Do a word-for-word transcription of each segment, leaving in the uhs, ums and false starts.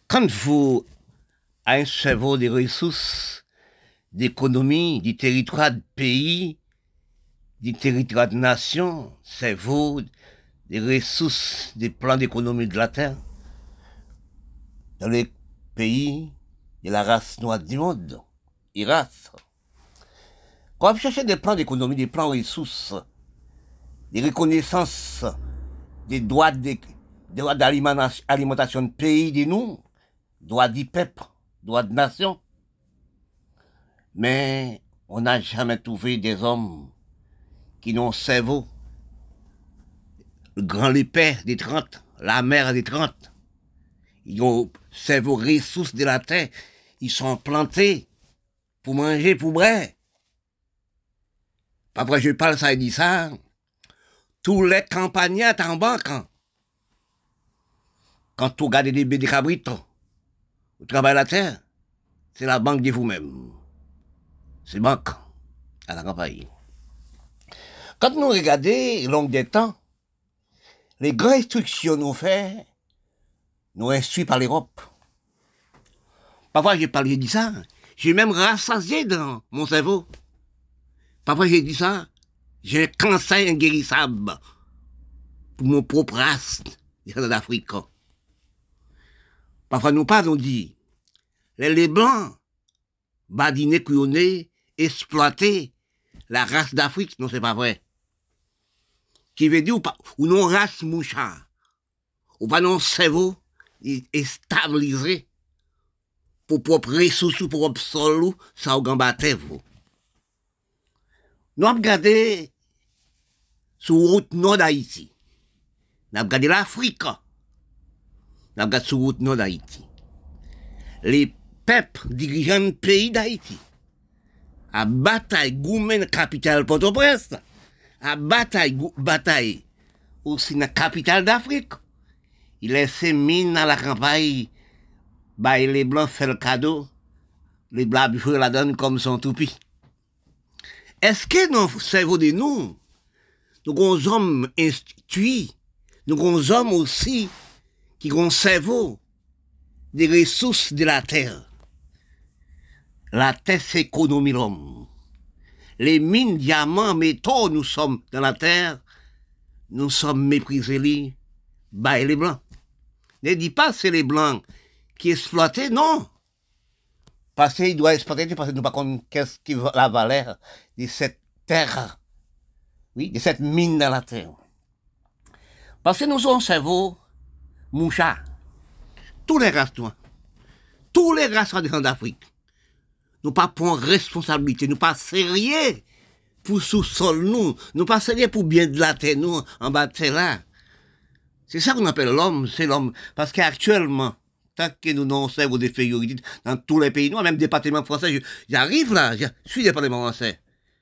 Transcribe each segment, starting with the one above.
Quand vous avez un cerveau des ressources, d'économie, du territoire de pays, du territoire de nation, cerveau des ressources, des plans d'économie de la terre, dans les pays de la race noire du monde, les races. Quand vous cherchez des plans d'économie, des plans ressources, des reconnaissances, des droits de, droits d'alimentation de pays, de nous, droits du peuple, droits de nation. Mais on n'a jamais trouvé des hommes qui n'ont cerveau. Le grand le père des trente, la mère des trente. Ils ont cerveau ressources de la terre. Ils sont plantés pour manger, pour boire. Après, je parle ça et dis ça. Tous les campagnards en banque. Quand tu regardes des bébés de cabrites, au travail de la terre, c'est la banque de vous-même. C'est banque à la campagne. Quand nous regardons long des temps, les grandes instructions nous fait, nous instruits par l'Europe. Parfois j'ai parlé, j'ai dit ça, j'ai même rassasié dans mon cerveau. Parfois j'ai dit ça, j'ai un cancer inguérissable pour mon propre race d'Afrique. Parfois nous pas, on dit, les, les blancs, badinés, couillonnés, exploiter la race d'Afrique, non c'est pas vrai. Qui veut dire ou, pas, ou non race mouchard, ou pas non cerveau et stabilisé pour propre ressources, pour propre sol, ça au gambaté vous. Nous avons regardé sur route nord d'Haïti. Nous avons regardé l'Afrique. Nous avons regardé sur route nord d'Haïti. Les peuples dirigeants du pays d'Haïti. À bataille, Goumen, capitale Port-au-Prince. À bataille, bataille, aussi dans la capitale d'Afrique. Il laisse mine dans la campagne, bah, les blancs font le cadeau, les blancs buffent la donne comme son toupie. Est-ce que dans le cerveau de nous, nous avons des hommes instruits, nous avons des hommes aussi qui ont un cerveau des ressources de la terre? La terre, c'est l'économie de l'homme. Les mines, diamants, métaux, nous sommes dans la terre, nous sommes méprisés, les, bah, les blancs. Ne dis pas c'est les blancs qui exploitaient, non. Parce qu'ils doivent exploiter, parce que nous ne savons pas qu'est-ce qui va la valeur de cette terre, oui, de cette mine dans la terre. Parce que nous sommes un cerveau mouchard. Tous les races noirs, tous les races d'Afrique. Nous pas prendre responsabilité, nous pas sérieux pour sous-sol nous, nous pas sérieux pour bien de la terre nous, en bas de terre là. C'est ça qu'on appelle l'homme, c'est l'homme. Parce qu'actuellement, tant que nous n'avons pas des infériorités dans tous les pays noirs, même département français, j'arrive là, je suis département français.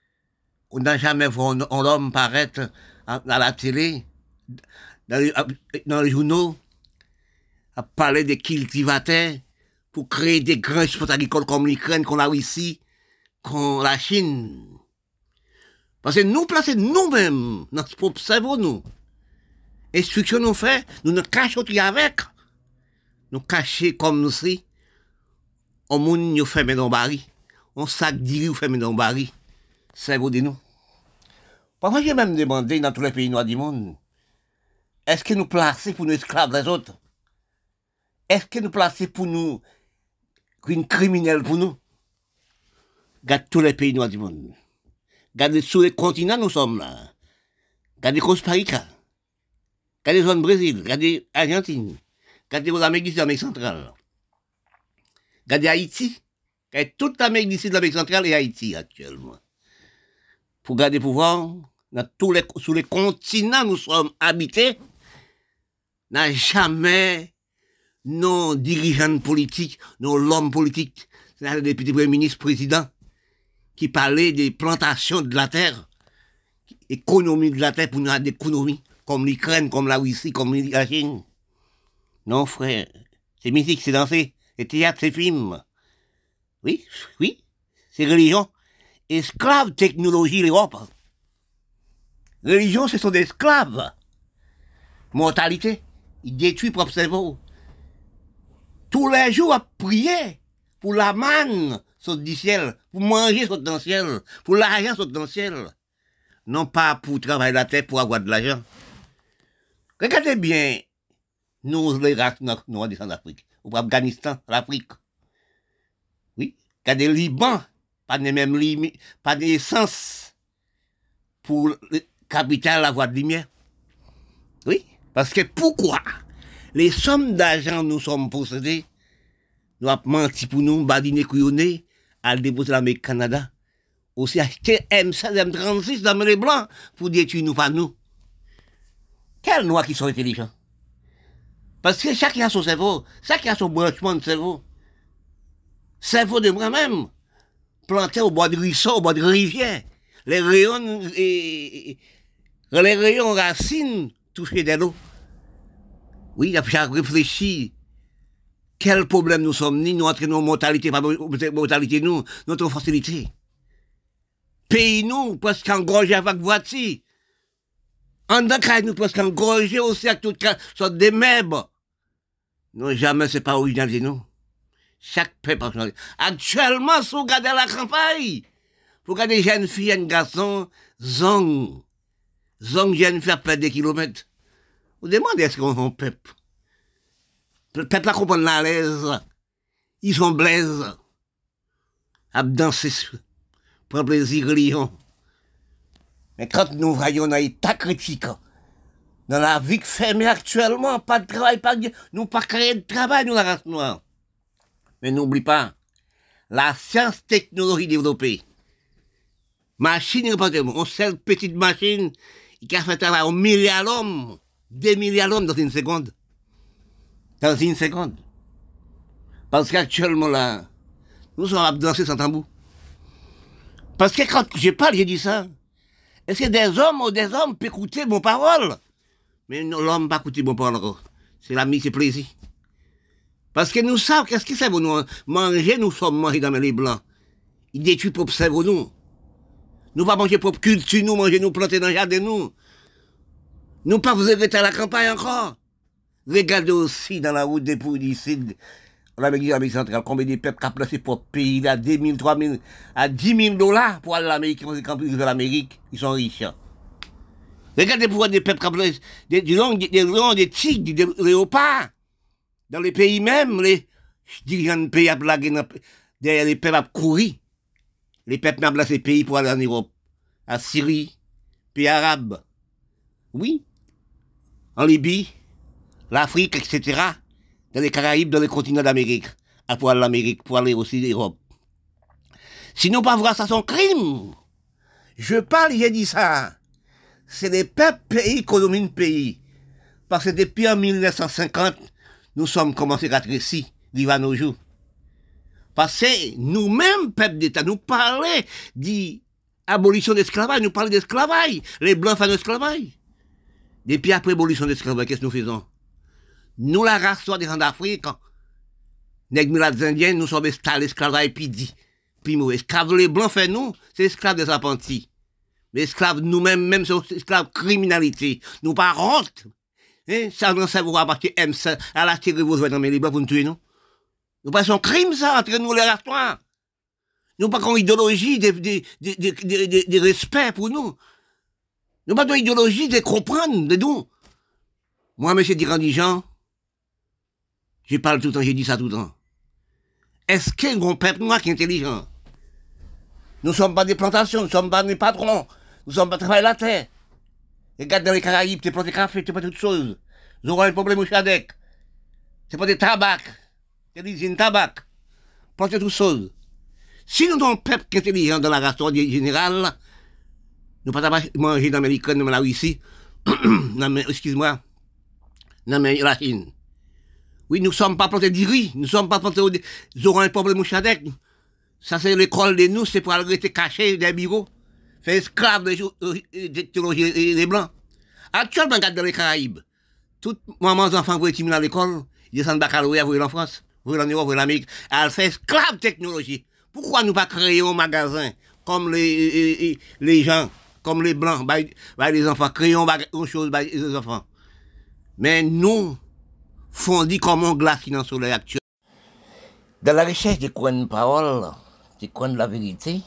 On n'a jamais vu un, un homme paraître à, à la télé, dans les, dans les journaux, à parler des cultivateurs, pour créer des grands exports agricoles comme l'Ukraine, qu'on a ici, comme la Chine. Parce que nous placer nous-mêmes, notre propre cerveau, nous. Instruction nous fait, nous nous cachons avec. Nous cachons comme nous si. On moun nous fait dans le baril. On sac d'iri ou fait dans le baril. Cerveau de nous. Parfois, j'ai même demandé dans tous les pays noirs du monde, est-ce que nous placer pour nous esclaves des autres? Est-ce que nous placer pour nous une criminelle pour nous? Regardez tous les pays noirs du monde. Regardez sur les continents, nous sommes là. Regardez Costa Rica. Regardez zone Brésil. Regardez Argentine. Regardez l'Amérique du Sud, l'Amérique centrale. Regardez Haïti. Regardez toute l'Amérique du Sud, l'Amérique centrale et Haïti actuellement. Pour garder le pouvoir, dans tous les, sur les continents, nous sommes habités. N'a jamais nos dirigeants politiques, nos hommes politiques, c'est-à-dire les députés, premiers ministres, présidents, qui parlaient des plantations de la terre, économie de la terre pour nous avoir des économies, comme l'Ukraine, comme la Russie, comme la Chine. Non, frère, c'est musique, c'est danser, c'est théâtre, c'est film. Oui, oui, c'est religion. Esclaves, technologie, l'Europe. Religion, ce sont des esclaves. Mortalité, ils détruisent propre cerveau. tous les jours à prier pour la manne saute du ciel, pour manger saute dans le ciel, pour l'argent saute dans le ciel. Non pas pour travailler la terre pour avoir de l'argent. Regardez bien, nous, les races noirs descendent d'Afrique, ou Afghanistan, l'Afrique. Oui, regardez le Liban, pas de même limite, pas d'essence pour le capital, la voie de lumière. Oui, parce que pourquoi les sommes d'argent nous sommes possédés, nous avons menti pour nous, badiner couillonner, à déposer l'Amérique Canada, aussi acheter M seize, M trente-six dans les blancs pour détruire nous, pas nous. Quels noirs qui sont intelligents? Parce que chacun a son cerveau, chacun a son branchement de cerveau. Cerveau de moi-même, planté au bord de ruisseau, au bord de rivière, les rayons, et, les rayons racines touchés de l'eau. Oui, il a déjà réfléchi. Quel problème nous sommes ni nous entraînons mortalité, pas mortalité nous, notre facilité. Pays nous, presque engorgé avec voiture. En d'un cas, nous presque engorgé aussi avec toutes sortes de meubles. Non, jamais c'est pas original de nous. Chaque peuple a changé. Actuellement, si vous regardez la campagne, vous regardez jeunes filles, jeunes garçons, zong. Zong, jeunes filles à perdre des kilomètres. Vous demandez est-ce qu'on est un peuple? Le peuple a compris la l'aise. Ils sont blaises. À danser, prendre plaisir, religion. Mais quand nous voyons dans l'état critique, dans la vie fermée actuellement, pas de travail, pas de... nous pas créer de travail, nous, la race noire. Mais n'oublie pas, la science technologie développée, machine, on seule petite machine qui a fait travail un milliard d'hommes, deux milliards d'hommes dans une seconde. Dans une seconde. Parce qu'actuellement là, nous sommes à danser sans tambour. Parce que quand je parle, j'ai dit ça. Est-ce que des hommes ou des hommes peuvent écouter mon parole? Mais l'homme ne peut pas écouter mon parole encore. C'est l'ami, c'est plaisir. Parce que nous savons qu'est-ce que c'est pour nous manger, nous sommes mangés dans les blancs. Ils détruisent propre cerveau nous. Nous pas manger propre culture, nous manger, nous planter dans le jardin nous. Nous pas vous arrêter à la campagne encore. Regardez aussi dans la route des poules d'ici, en Amérique, Amérique centrale, combien de peuples qui ont placé pour pays, à deux mille, trois mille, à dix mille dollars pour aller à l'Amérique, quand ils vont à l'Amérique, ils sont riches. Regardez pour des peuples qui ont placé des lions, des lions, des tigres, des léopards. Dans les pays même, les dirigeants de pays à blaguer derrière les peuples à courir. Les peuples ont placé ces pays pour aller en Europe, à Syrie, pays arabes. Oui, en Libye, l'Afrique, et cetera, dans les Caraïbes, dans les continents d'Amérique, à pour aller l'Amérique, pour aller aussi l'Europe. Sinon, pas voir ça, son crime. Je parle, j'ai dit ça. C'est les peuples, pays, économie de pays. Parce que depuis en mille neuf cent cinquante, nous sommes commencés à récits, vivre à nos jours. Parce que nous-mêmes, peuple d'État, nous parlons d'abolition d'esclavage, nous parlons d'esclavage. Les Blancs font l'esclavage. Depuis après l'abolition d'esclavage, qu'est-ce que nous faisons? Nous, la race soit des gens d'Afrique, les Indiens, nous sommes esclaves, l'esclavage, puis dit, puis nous, esclaves, les Blancs, fait nous, c'est esclaves des apprentis. Les esclaves, nous-mêmes, même, c'est esclaves criminalité. Nous, par honte, hein, ça, nous, ça, vous va partir, à la tirer vos dans les Blancs pour nous tuer, nous. Nous, pas son crime, ça, entre nous, les races noires. Nous, pas qu'on idéologie de, de, de, de, de, de, de respect pour nous. Nous, pas d'une idéologie de comprendre de nous. Moi, monsieur dirigeant, je parle tout le temps, j'ai dit ça tout le temps. Est-ce qu'il y a un peuple noir qui est intelligent? Nous ne sommes pas des plantations, nous ne sommes pas des patrons, nous ne sommes pas travailler la terre. Regarde dans les Caraïbes, tu prends des cafés, tu prends toutes choses. Nous aurons un problème au Chadec. C'est pas des tabac, c'est des usines tabac. Plantez toutes choses. Si nous avons un peuple qui est intelligent dans la race générale, nous ne pouvons pas manger dans l'Amérique, dans la Russie, excuse-moi, dans la Chine. Oui, nous ne sommes pas plantés du riz, nous ne sommes pas plantés, nous aurons un problème au Chadec. Ça, c'est l'école de nous, c'est pour aller rester caché des bureaux, faire esclave des technologies des Blancs. Actuellement, regarde dans les Caraïbes, toutes mamans enfants vont être à l'école, ils descendent baccalauréat, vous en France, vous en Europe, vous en Amérique, elles font esclave technologie. Pourquoi nous pas créer un magasin comme les, les, les gens, comme les Blancs, bah, bah, les enfants, créons une chose, bah, les enfants. Mais nous, fondis comme un glace qui est dans le soleil actuel. Dans la recherche de coins de parole, de coins de la vérité,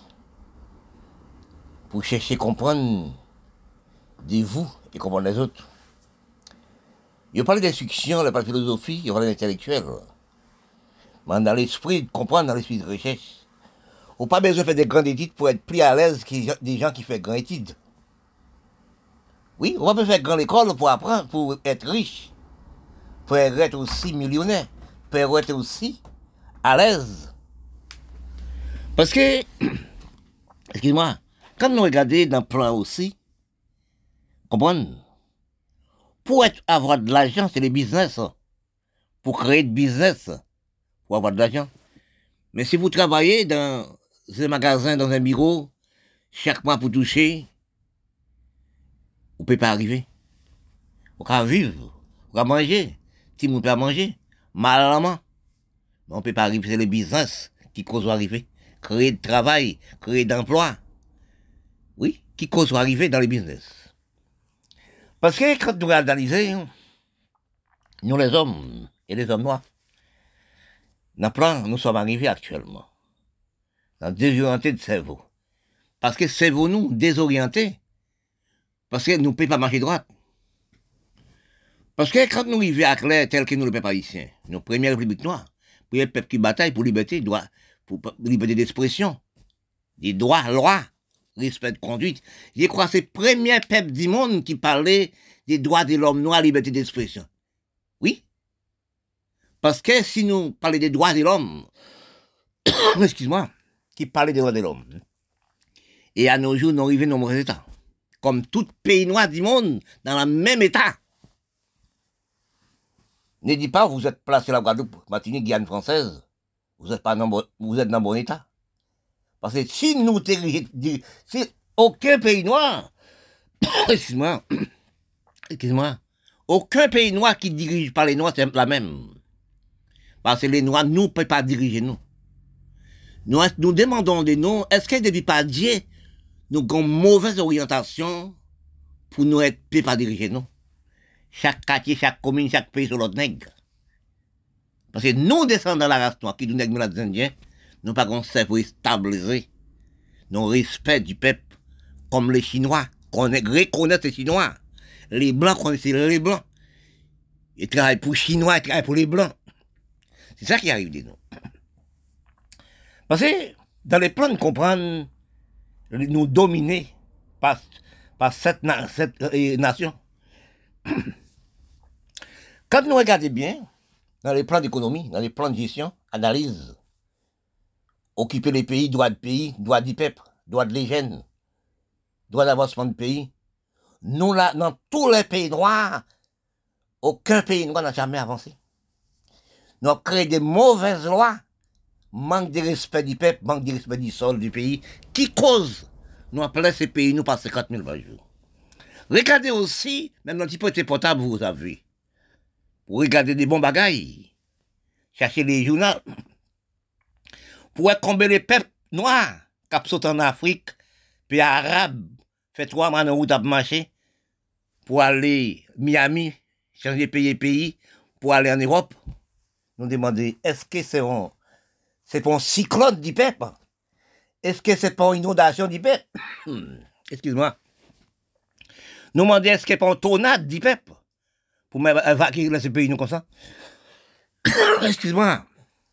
pour chercher à comprendre de vous et comprendre les autres. Il parle d'instruction, il parle de philosophie, il parle d'intellectuel. Mais dans l'esprit de comprendre, dans l'esprit de recherche. On n'a pas besoin de faire des grandes études pour être plus à l'aise que des gens qui font grandes études. Oui, on va pas faire grande école pour apprendre, pour être riche, pour être aussi millionnaire, pour être aussi à l'aise. Parce que, excuse-moi, quand nous regardons dans le plan aussi, comprenez, pour être, avoir de l'argent, c'est le business. Pour créer de business, pour avoir de l'argent. Mais si vous travaillez dans un magasin, dans un bureau, chaque mois pour toucher, vous ne pouvez pas arriver. Vous pouvez vivre, vous pouvez manger. Si vous ne pouvez pas manger, malalement. Mais on ne peut pas arriver, c'est le business qui cause arriver. Créer de travail, créer d'emploi. Oui, qui cause arriver dans le business. Parce que quand nous analysons, nous les hommes et les hommes noirs, dans le plan, nous sommes arrivés actuellement. Dans désorienté de cerveau. Parce que cerveau nous désorienté. Parce que nous ne pouvons pas marcher droite. Parce que quand nous arrivons à clair tel que nous le peuple haïtien, nos premières républiques noires, pour les peuples qui bataillent pour liberté, droit, pour liberté d'expression, des droits, lois, respect de conduite, je crois que c'est le premier peuple du monde qui parlait des droits de l'homme noir, liberté d'expression. Oui. Parce que si nous parlons des droits de l'homme, excuse-moi, qui parlait des droits de l'homme, et à nos jours, nous arrivons dans nos états. Comme tout pays noir du monde, dans le même état. Ne dis pas, vous êtes placé la Guadeloupe, Martinique, Guyane française, vous êtes pas dans bon, vous êtes dans bon état. Parce que si nous dirigeons, si aucun pays noir, excuse-moi, excuse-moi, aucun pays noir qui dirige par les noirs, c'est la même. Parce que les noirs, nous ne pouvons pas diriger nous. Nous, nous demandons des noms, est-ce que depuis pas Dieu, nous avons une mauvaise orientation pour nous être pas diriger nous? Chaque quartier, chaque commune, chaque pays sur l'autre nègre. Parce que nous descendons dans la race noire, qui nous nègres les Indiens, nous pas un cerveau stabilisé. Nous respect du peuple, comme les Chinois, qu'on reconnaît les Chinois. Les Blancs connaissent les Blancs. Ils travaillent pour les Chinois, ils travaillent pour les Blancs. C'est ça qui arrive de nous. Parce que dans les plans de comprendre, nous dominer par, par cette, na cette euh, nation. Quand nous regardons bien, dans les plans d'économie, dans les plans de gestion, analyse, occuper les pays, droit de pays, droit du peuple, droit de l'hygiène, droit d'avancement de pays, nous là, dans tous les pays noirs, aucun pays noir n'a jamais avancé. Nous avons créé des mauvaises lois, manque de respect du peuple, manque de respect du sol du pays, qui cause nous appelons ces pays nous par cinquante mille par jour. Regardez aussi, même dans le petit peu portable, vous avez. Pour regarder des bons bagailles, chercher les journaux, pour combler les peuples noirs qui sont en Afrique, puis arabes, fait trois mois en route à marcher, pour aller Miami, changer pays pays, pour aller en Europe. Nous demandons, est-ce que c'est un, c'est pas un cyclone du peuple? Est-ce que c'est pas une inondation du peuple? Excuse-moi. Nous demandons, est-ce que c'est pas une tornade du peuple? Pour évacuer ce pays, nous, comme ça. Excuse-moi.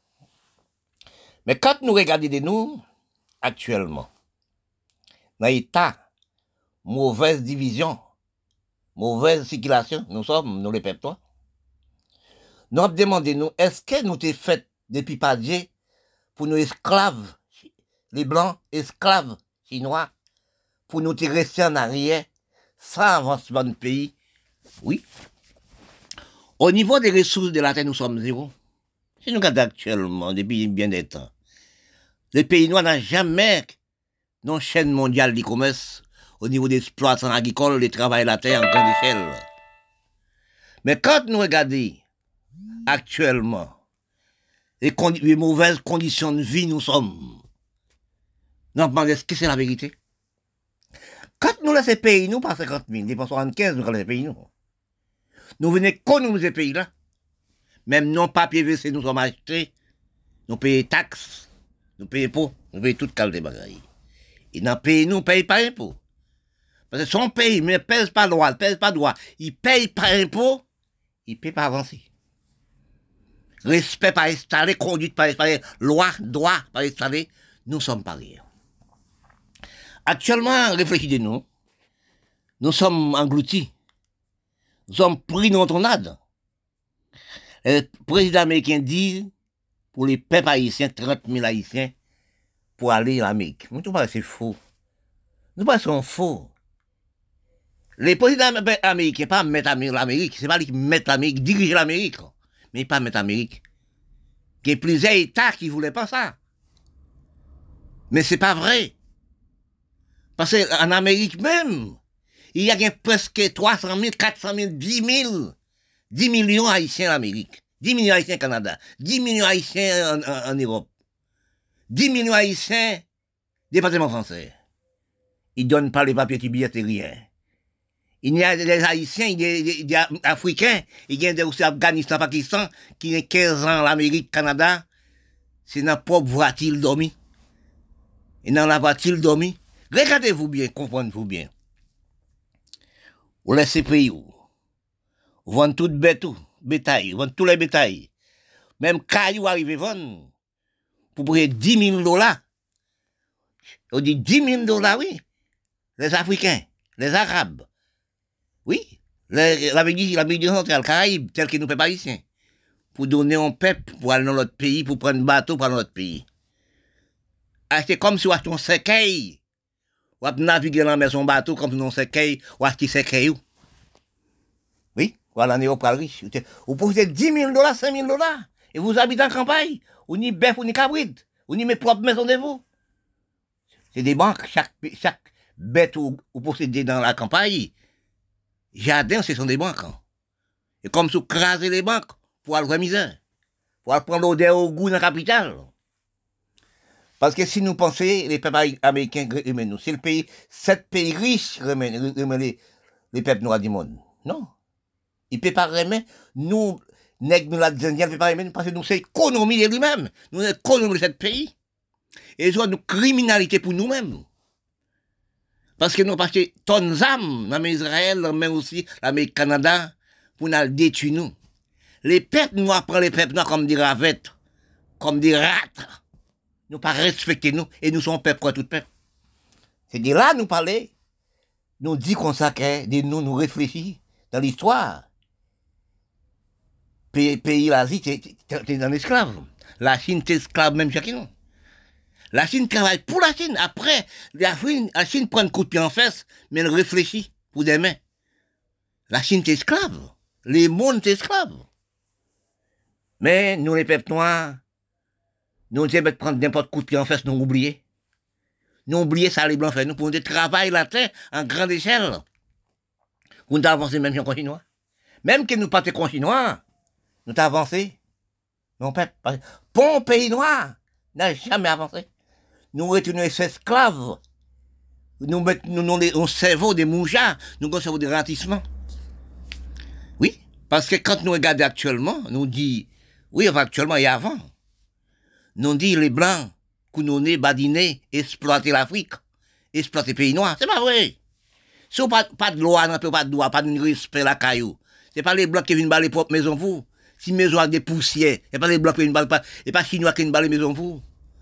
Mais quand nous regardons de nous, actuellement, dans l'état, mauvaise division, mauvaise circulation, nous sommes, nous les peuples, toi. Nous avons demandé, nous, est-ce que nous t'es fait depuis pas Dieu pour nous esclaves, les blancs, esclaves chinois, pour nous te rester en arrière, sans avancement de pays? Oui. Au niveau des ressources de la terre, nous sommes zéro. Si nous regardons actuellement, depuis bien des temps, le pays noir n'a jamais une chaîne mondiale d'e-commerce au niveau des exploitants agricoles, des travailleurs de la terre en grande échelle. Mais quand nous regardons actuellement les, les mauvaises conditions de vie nous sommes, nous nous demandons est-ce que c'est la vérité? Quand nous laissons pays nous par cinquante mille, des soixante-quinze, nous laissons pays nous. Nous venons économiser ces pays-là. Même non papier V C nous sommes achetés nous payons taxes, nous payons impôts, nous payons toute qualité de bagaille. Et dans le pays, nous ne payons pas impôts. Parce que son pays ne pèse pas droit, ne pèse pas droit. Il paye par impôt, il ne paye pas avancer. Respect pas installé, conduite pas installée, loi, droit pas installé, nous sommes pas rien. Actuellement, réfléchissez-nous, nous sommes engloutis. Nous sommes pris dans ton âne. Le président américain dit, pour les peuples haïtiens, trente mille haïtiens, pour aller en Amérique. Nous ne pas c'est faux. Nous ne sommes faux. Les présidents américains, pas mettre l'Amérique, c'est pas lui qui mettent l'Amérique, diriger l'Amérique, mais pas mettre l'Amérique. Il y a plusieurs États qui ne voulaient pas ça. Mais c'est pas vrai. Parce qu'en Amérique même, il y a presque trois cent mille, quatre cent mille, dix mille, dix millions haïtiens en Amérique, dix millions haïtiens au Canada, dix millions haïtiens en, en, en Europe, dix millions haïtiens département français. Ils ne donnent pas les papiers de billets, rien. Il y a des Haïtiens, il y a des, des Africains, il y a des aussi Afghanistan, Pakistan, qui ont quinze ans, l'Amérique, Canada, c'est dans la propre voiture dormi. Et dans la voiture dormi. Regardez-vous bien, comprenez-vous bien. Vous laissez pays où? Vous vendez tout bétou, bétail, vous vendez tous les bétails. Même cailloux arrivent vendre pour payer dix mille dollars. On dit dix mille dollars, oui. Les Africains, les Arabes. Oui, l'Amérique centrale, Caraïbes, tel que nous peuple haïtien, pour donner un peuple, pour aller dans notre pays, pour prendre un bateau pour aller dans notre pays. Acheter comme si on achetait un cercueil, ou naviguer dans la mer son bateau comme si on cercueil, ou acheter cercueil. Oui, voilà, on est pas riche. Vous pouvez dix mille dollars, cinq mille dollars, et vous habitez en campagne, ou ni bœuf, ou ni cabrit, ou ni mes propres maisons de vous. C'est des banques, chaque, chaque bête ou, ou possédée dans la campagne. Jardin, ce sont des banques. Hein. Et comme si vous crasez les banques pour aller misère, pour aller prendre l'odeur au goût dans la capitale. Parce que si nous pensons, les peuples américains remettent nous, c'est le pays, sept pays riches remettent les, les peuples noirs du monde. Non. Ils ne peuvent pas remettre, nous, nègres, nous, les Indiens, ne peuvent pas remettre, parce que nous, c'est l'économie de lui-même. Nous, c'est l'économie de ce pays. Et ils ont une criminalité pour nous-mêmes. Parce que nous avons acheté tonnes d'âmes, dans Israël, mais aussi l'Amérique Canada, pour nous détruire nous. Les peuples noirs prennent les peuples noirs comme des ravettes, comme des rats. Nous pas respecter nous, et nous sommes peuple pour tout peuple. C'est de là nous parler, nous dit qu'on s'accueille, de nous, nous réfléchir dans l'histoire. Pays, pays l'Asie, t'es dans l'esclave. La Chine, t'es esclave même chacun. La Chine travaille pour la Chine. Après, la Chine, la Chine prend un coup de pied en fesse, mais elle réfléchit pour demain. La Chine est esclave. Les mondes sont esclaves. Mais nous, les peuples noirs, nous aimons prendre n'importe coup de pied en fesse, nous oublier. Nous oublier ça, les blancs fait. Nous pouvons travailler la terre en grande échelle. Nous avancer même si on chinois. Même que nous pas des chinois, nous avons avancé. Mon peuple, bon pays noir n'a jamais avancé. Nous retournons esclaves. Nous mettons nous, nous, nous, cerveau des moujas, nous avons cerveau des ratissements. Oui, parce que quand nous regardons actuellement, nous disons, oui, actuellement et avant, nous disons les blancs, counonner, badiner, exploiter l'Afrique, exploiter les pays noirs. C'est pas vrai. Si on n'a pas, pas de loi, pas de droit, pas de respect la caillou, c'est pas les blancs qui viennent balayer les propres maisons vous. Si maison a des poussières, c'est pas les blancs qui viennent balayer, et pas les chinois qui viennent balayer les maisons vous.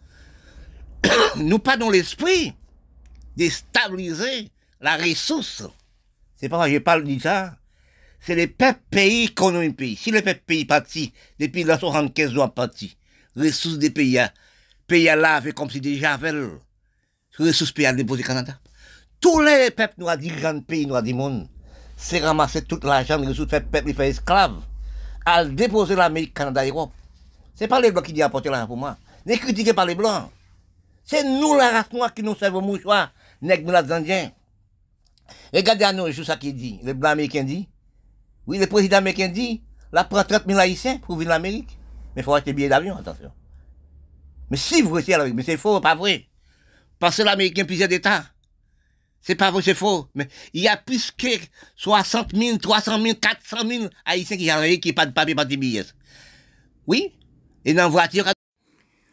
Nous pas dans l'esprit de stabiliser la ressource. C'est pas vrai, je parle de ça. C'est les peuples pays qu'on a un pays. Si les peuples pays partis, depuis la soixante-quinze ans partis, ressources des pays, pays à laver comme si déjà avaient ressources pays à déposer au Canada. Tous les peuples noirs, dirigeants de pays noirs du monde, c'est ramasser tout l'argent des ressources, faire peuple, faire esclaves, à déposer l'Amérique, Canada, Europe. C'est pas les blancs qui disent apporter l'argent pour moi. Ne critiquez pas les blancs. C'est nous, la race noire, qui nous servons mouchoirs, nègres, les Indiens. Regardez à nous, c'est ça qu'il dit. Le blanc américain dit. Oui, le président américain dit, là, prend trente mille haïtiens pour venir en Amérique. Mais il faut acheter des billets d'avion, attention. Mais si vous restez à l'Amérique, mais c'est faux, pas vrai. Parce que l'Américain a plusieurs d'États. C'est pas vrai, c'est faux. Mais il y a plus que soixante mille, trois cent mille, quatre cent mille haïtiens qui sont en Amérique qui n'ont pas de papier, pas de billets. Oui. Et dans la voiture,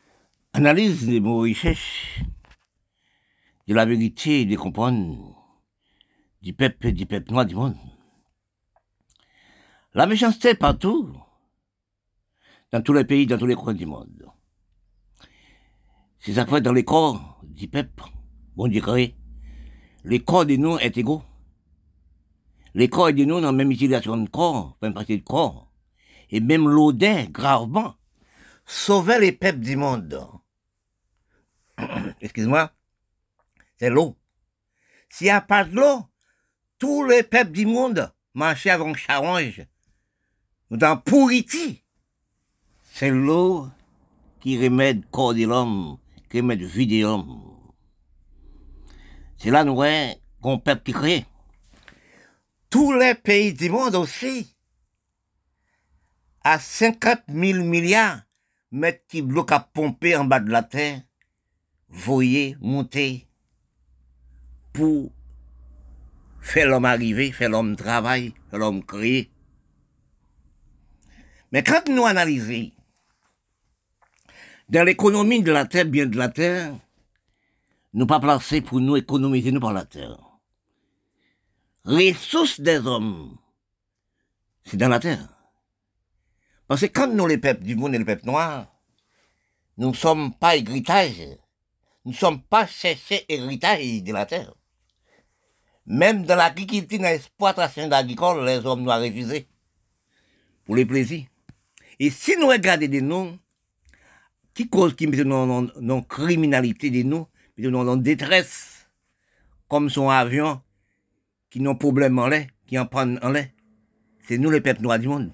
Analyse de nos recherches, de la vérité et de comprendre du peuple, du peuple noir du monde. La méchanceté partout, dans tous les pays, dans tous les coins du monde. C'est ça fait dans les corps du peuple, bon Dieu créé. Les corps de nous est égaux. Les corps de nous dans la même utilisation de corps, même partie de corps. Et même l'odeur, gravement, sauvait les peuples du monde. Excuse-moi, c'est l'eau. S'il n'y a pas de l'eau, tous les peuples du monde marchaient avec charange, dans pourriti. C'est l'eau qui remet le corps de l'homme, qui remet la vie de l'homme. C'est là nous voyons qu'on peuple qui crée. Tous les pays du monde aussi, à cinquante mille milliards, mètres qui bloquent à pomper en bas de la terre, voyer, monter, pour faire l'homme arriver, faire l'homme travailler, faire l'homme créer. Mais quand nous analysons dans l'économie de la terre, bien de la terre, nous pas placés pour nous économiser nous par la terre. Ressources des hommes, c'est dans la terre. Parce que quand nous, les peuples du monde et les peuples noirs, nous ne sommes pas héritage, nous ne sommes pas cherchés héritage de la terre. Même dans l'agriculture, dans l'exploitation agricole, les hommes nous ont refusé. Pour les plaisirs. Et si nous regardons de nous, qui cause qui met nos criminalité de nous, dans détresse, comme son avion, qui n'ont problème en l'air, qui en prennent en l'air, c'est nous les peuples noirs du monde.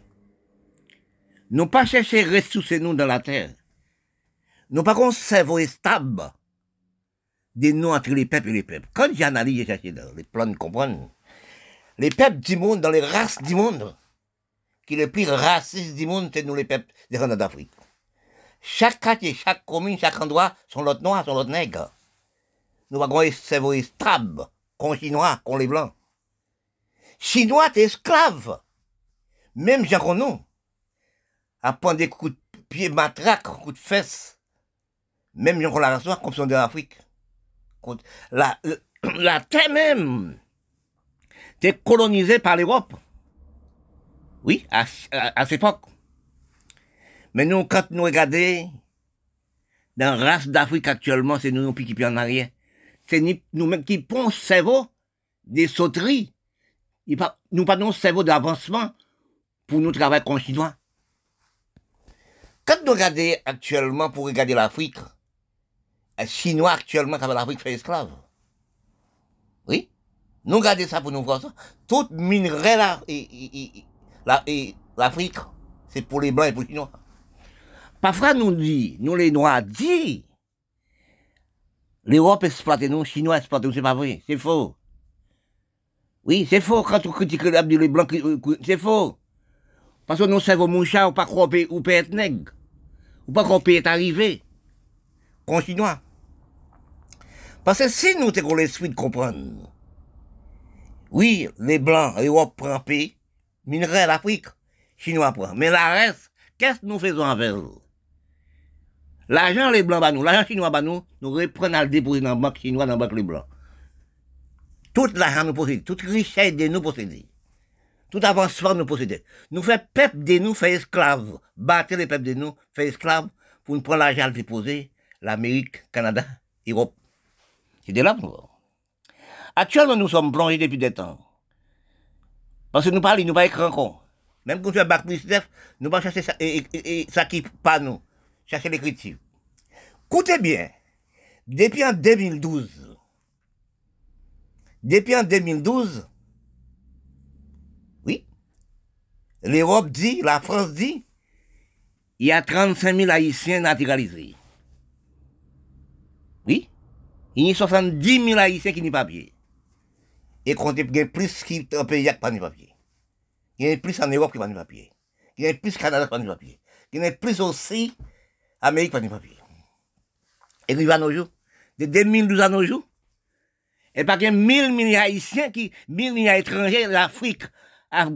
Nous pas chercher ressourcer nous dans la terre. Nous pas qu'on cerveau stable des nous entre les peuples et les peuples. Quand j'analyse, j'ai cherché dans les plans de comprendre, les peuples du monde, dans les races du monde, qui est le plus raciste du monde, c'est nous les peuples des Canada d'Afrique. Chaque quartier, chaque commune, chaque endroit, sont l'autre noirs, sont l'autre nègres. Nous avons un cerveau stable, qu'on chinois, qu'on les blancs. Chinois, t'es esclave. Même gens qu'on nous. À prendre des coups de pied matraque, coups de fesses. Même gens qu'on la reçoit, comme sont de l'Afrique. La, la, la terre même, t'es colonisée par l'Europe. Oui, à, à, à cette époque. Mais nous, quand nous regardons, dans la race d'Afrique actuellement, c'est nous qui pieds en arrière. C'est nous-mêmes qui pensons cerveau des sauteries. Nous pas nos cerveau d'avancement pour nous travailler comme Chinois. Quand nous regardons actuellement pour regarder l'Afrique, les Chinois actuellement, quand l'Afrique fait esclave. Oui. Nous regardons ça pour nous voir ça. Tout minerai là, et, et, et, la, et l'Afrique, c'est pour les Blancs et pour les Chinois. Parfois, nous dit, nous les Noirs dit, l'Europe exploite nous, les Chinois exploitent nous, c'est pas vrai, c'est faux. Oui, c'est faux quand on critique les Blancs, c'est faux. Parce que nous savons mon chat, ou pas qu'on peut être nègre, ou pas qu'on peut être arrivé, comme Chinois. Parce que si nous avons l'esprit de comprendre, oui, les Blancs, l'Europe prend paix, minerai l'Afrique, Chinois prend. Mais la reste, qu'est-ce que nous faisons avec eux? L'argent, les Blancs, bah nous, l'argent chinois, bah nous, nous reprenons à le déposer dans la banque chinoise, dans la banque les Blancs. Tout l'argent nous possède, toute richesse de nous possède. Tout avancement nous possède. Nous faisons peuple de nous, fait esclaves. Battre les peuples de nous, fait esclaves, pour nous prendre l'argent à le déposer, l'Amérique, Canada, Europe. C'est de là pour nous. Actuellement, nous sommes plongés depuis des temps. Parce que nous parlons, nous ne pas écran con. Même quand tu as bac plus neuf, nous ne pas chercher ça, et, et, et, ça qui pas nous. Chercher l'écriture. Écoutez bien, depuis en deux mille douze, depuis en deux mille douze, oui, l'Europe dit, la France dit, il y a trente-cinq mille Haïtiens naturalisés. Oui, il y a soixante-dix mille Haïtiens qui n'ont pas papier. Et comptez plus qui ont pays qui n'ont pas de papier. Il y a plus en Europe qui n'ont pas de papier. Il y a plus au Canada qui n'ont pas de papier. Il y a plus aussi Amérique pas de papier. Et puis à nos jours, de deux mille douze à nos jours, et pas qu'il y a mille milliards haïtiens, qui, mille milliards étrangers, l'Afrique,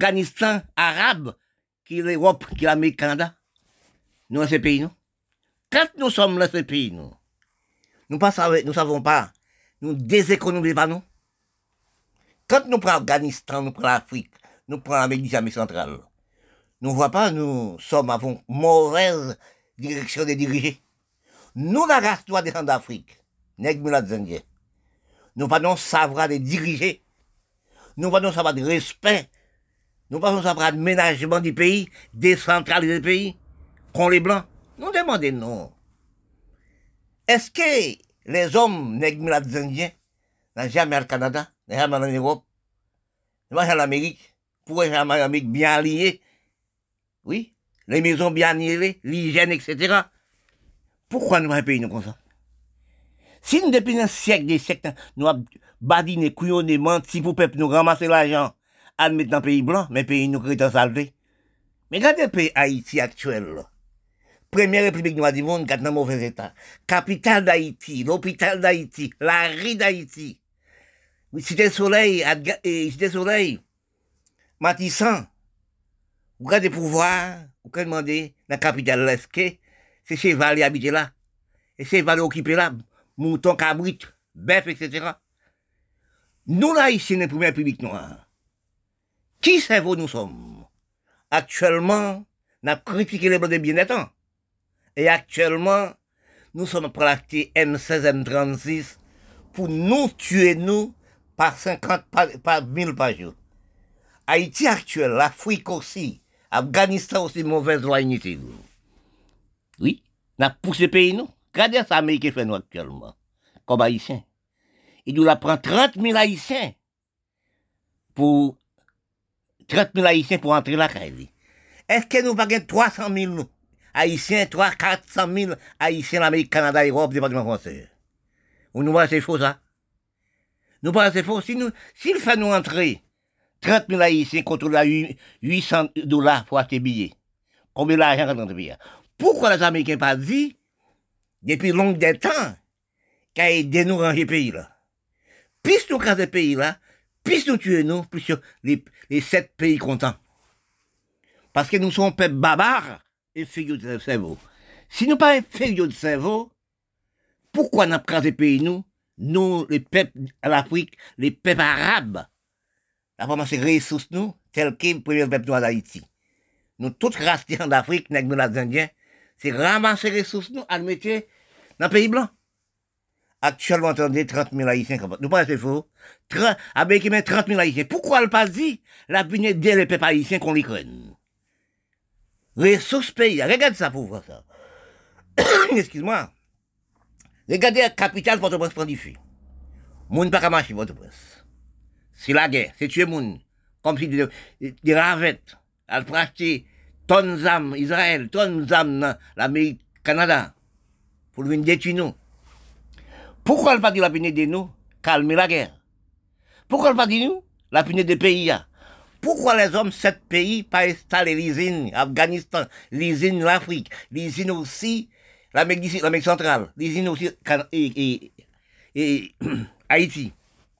Afghanistan, Arabe, qui l'Europe, qui l'Amérique, Canada. Nous, dans ces pays, non? Quand nous sommes dans ce pays, nous, nous ne savons, nous savons pas, nous déséconomisons pas, nous. Quand nous prenons l'Afghanistan, nous prenons l'Afrique, nous prenons l'Amérique centrale, nous ne voyons pas, nous sommes avons mauvaise direction des dirigés. Nous, la race doit descendre d'Afrique, nègres mulâtres indiens. Nous pas non savoir de diriger. Nous pas non savoir de respect. Nous pas non savoir de ménagement du pays, décentraliser le pays, qu'on les blancs. Nous demandons non. Est-ce que les hommes nègres mulâtres indiens n'ont jamais au Canada, n'ont jamais en Europe, n'ont jamais en Amérique, pourraient jamais en Amérique bien alliés? Oui, les maisons bien alignées, l'hygiène, et cetera. Pourquoi nous avons un pays nous comme ça? Si nous, depuis un siècle, des siècles, nous avons badiné, couillonné, menti pour peuple nous ramasser l'argent, à le mettre dans le pays blanc, mais le pays nous crée en saleté. Mais regardez le pays Haïti actuel, là. Première République noire du monde, dans mauvais état. Capitale d'Haïti, l'hôpital d'Haïti, la rue d'Haïti. Cité Soleil, Cité Soleil, Matissan. Vous regardez le pouvoir, vous pouvez demander, la capitale l'Esquet, c'est Chevalier habité là. Et Chevalier occupé là. Mouton, cabrit, bœuf, et cetera. Nous, là, ici, dans la première République noire, qui cerveau nous sommes? Actuellement, nous avons critiqué les blancs de bien-être. Et actuellement, nous sommes pour l'acheter M seize, M trente-six pour nous tuer, nous, par cinquante, par, par mille par jour. Haïti actuel, l'Afrique aussi, Afghanistan aussi, mauvaise loi inutile. Oui, nous avons poussé le pays, nous. Regardez ça, Amérique fait nous actuellement, comme Haïtiens. Il nous prend trente mille Haïtiens pour trente mille Haïtiens pour entrer là, est-ce que nous avons trois cent mille nous, Haïtiens, trois cents, quatre cent mille Haïtiens, l'Amérique, Canada, Europe, département français? Ou nous voyons c'est faux ça? Nous voyons c'est faux. Si nous, s'il fait nous entrer trente mille Haïtiens contre la huit cents dollars pour acheter billets, combien d'argent rentre dans le pays? Pourquoi les Américains pas dit, depuis long des temps, qu'il a aidé nous ranger le pays là? Plus nous casser le pays là, plus nous tuer nous, plus les, les sept pays contents. Parce que nous sommes peuple barbare et figure de cerveau. Si nous pas figure de cerveau, pourquoi nous avons casé le pays nous, nous, les peuples à l'Afrique, les peuples arabes, la commencé à ressources nous, tel que le premier peuple noir d'Haïti. Nous, toutes races en Afrique, nous, les Indiens, c'est ramasser les ressources nous, à le mettre dans le pays blanc. Actuellement, attendez, trente mille Haïtiens. Nous pensons que c'est faux. Avec trente mille Haïtiens. Pourquoi le pas dit la punée dès les peuples haïtiens qu'on les craigne? Ressources pays. Regardez ça pour voir ça. Excuse-moi. Regardez la capitale Port-au-Prince prend du feu. Moun pas qu'à marcher Port-au-Prince. C'est la guerre. C'est tuer moun. Comme si des, des ravettes. Elle peut acheter tonnes d'âmes Israël, tonnes d'âmes dans l'Amérique, Canada. Pour venir détruire nous. Pourquoi elle pas dit la punée de nous? Calmer la guerre. Pourquoi elle pas dit nous? La punée des pays. Pourquoi les hommes, sept pays, pas installer l'usine, Afghanistan, l'usine l'Afrique, l'usine aussi, l'Amérique centrale, l'usine aussi, et, et, et Haïti.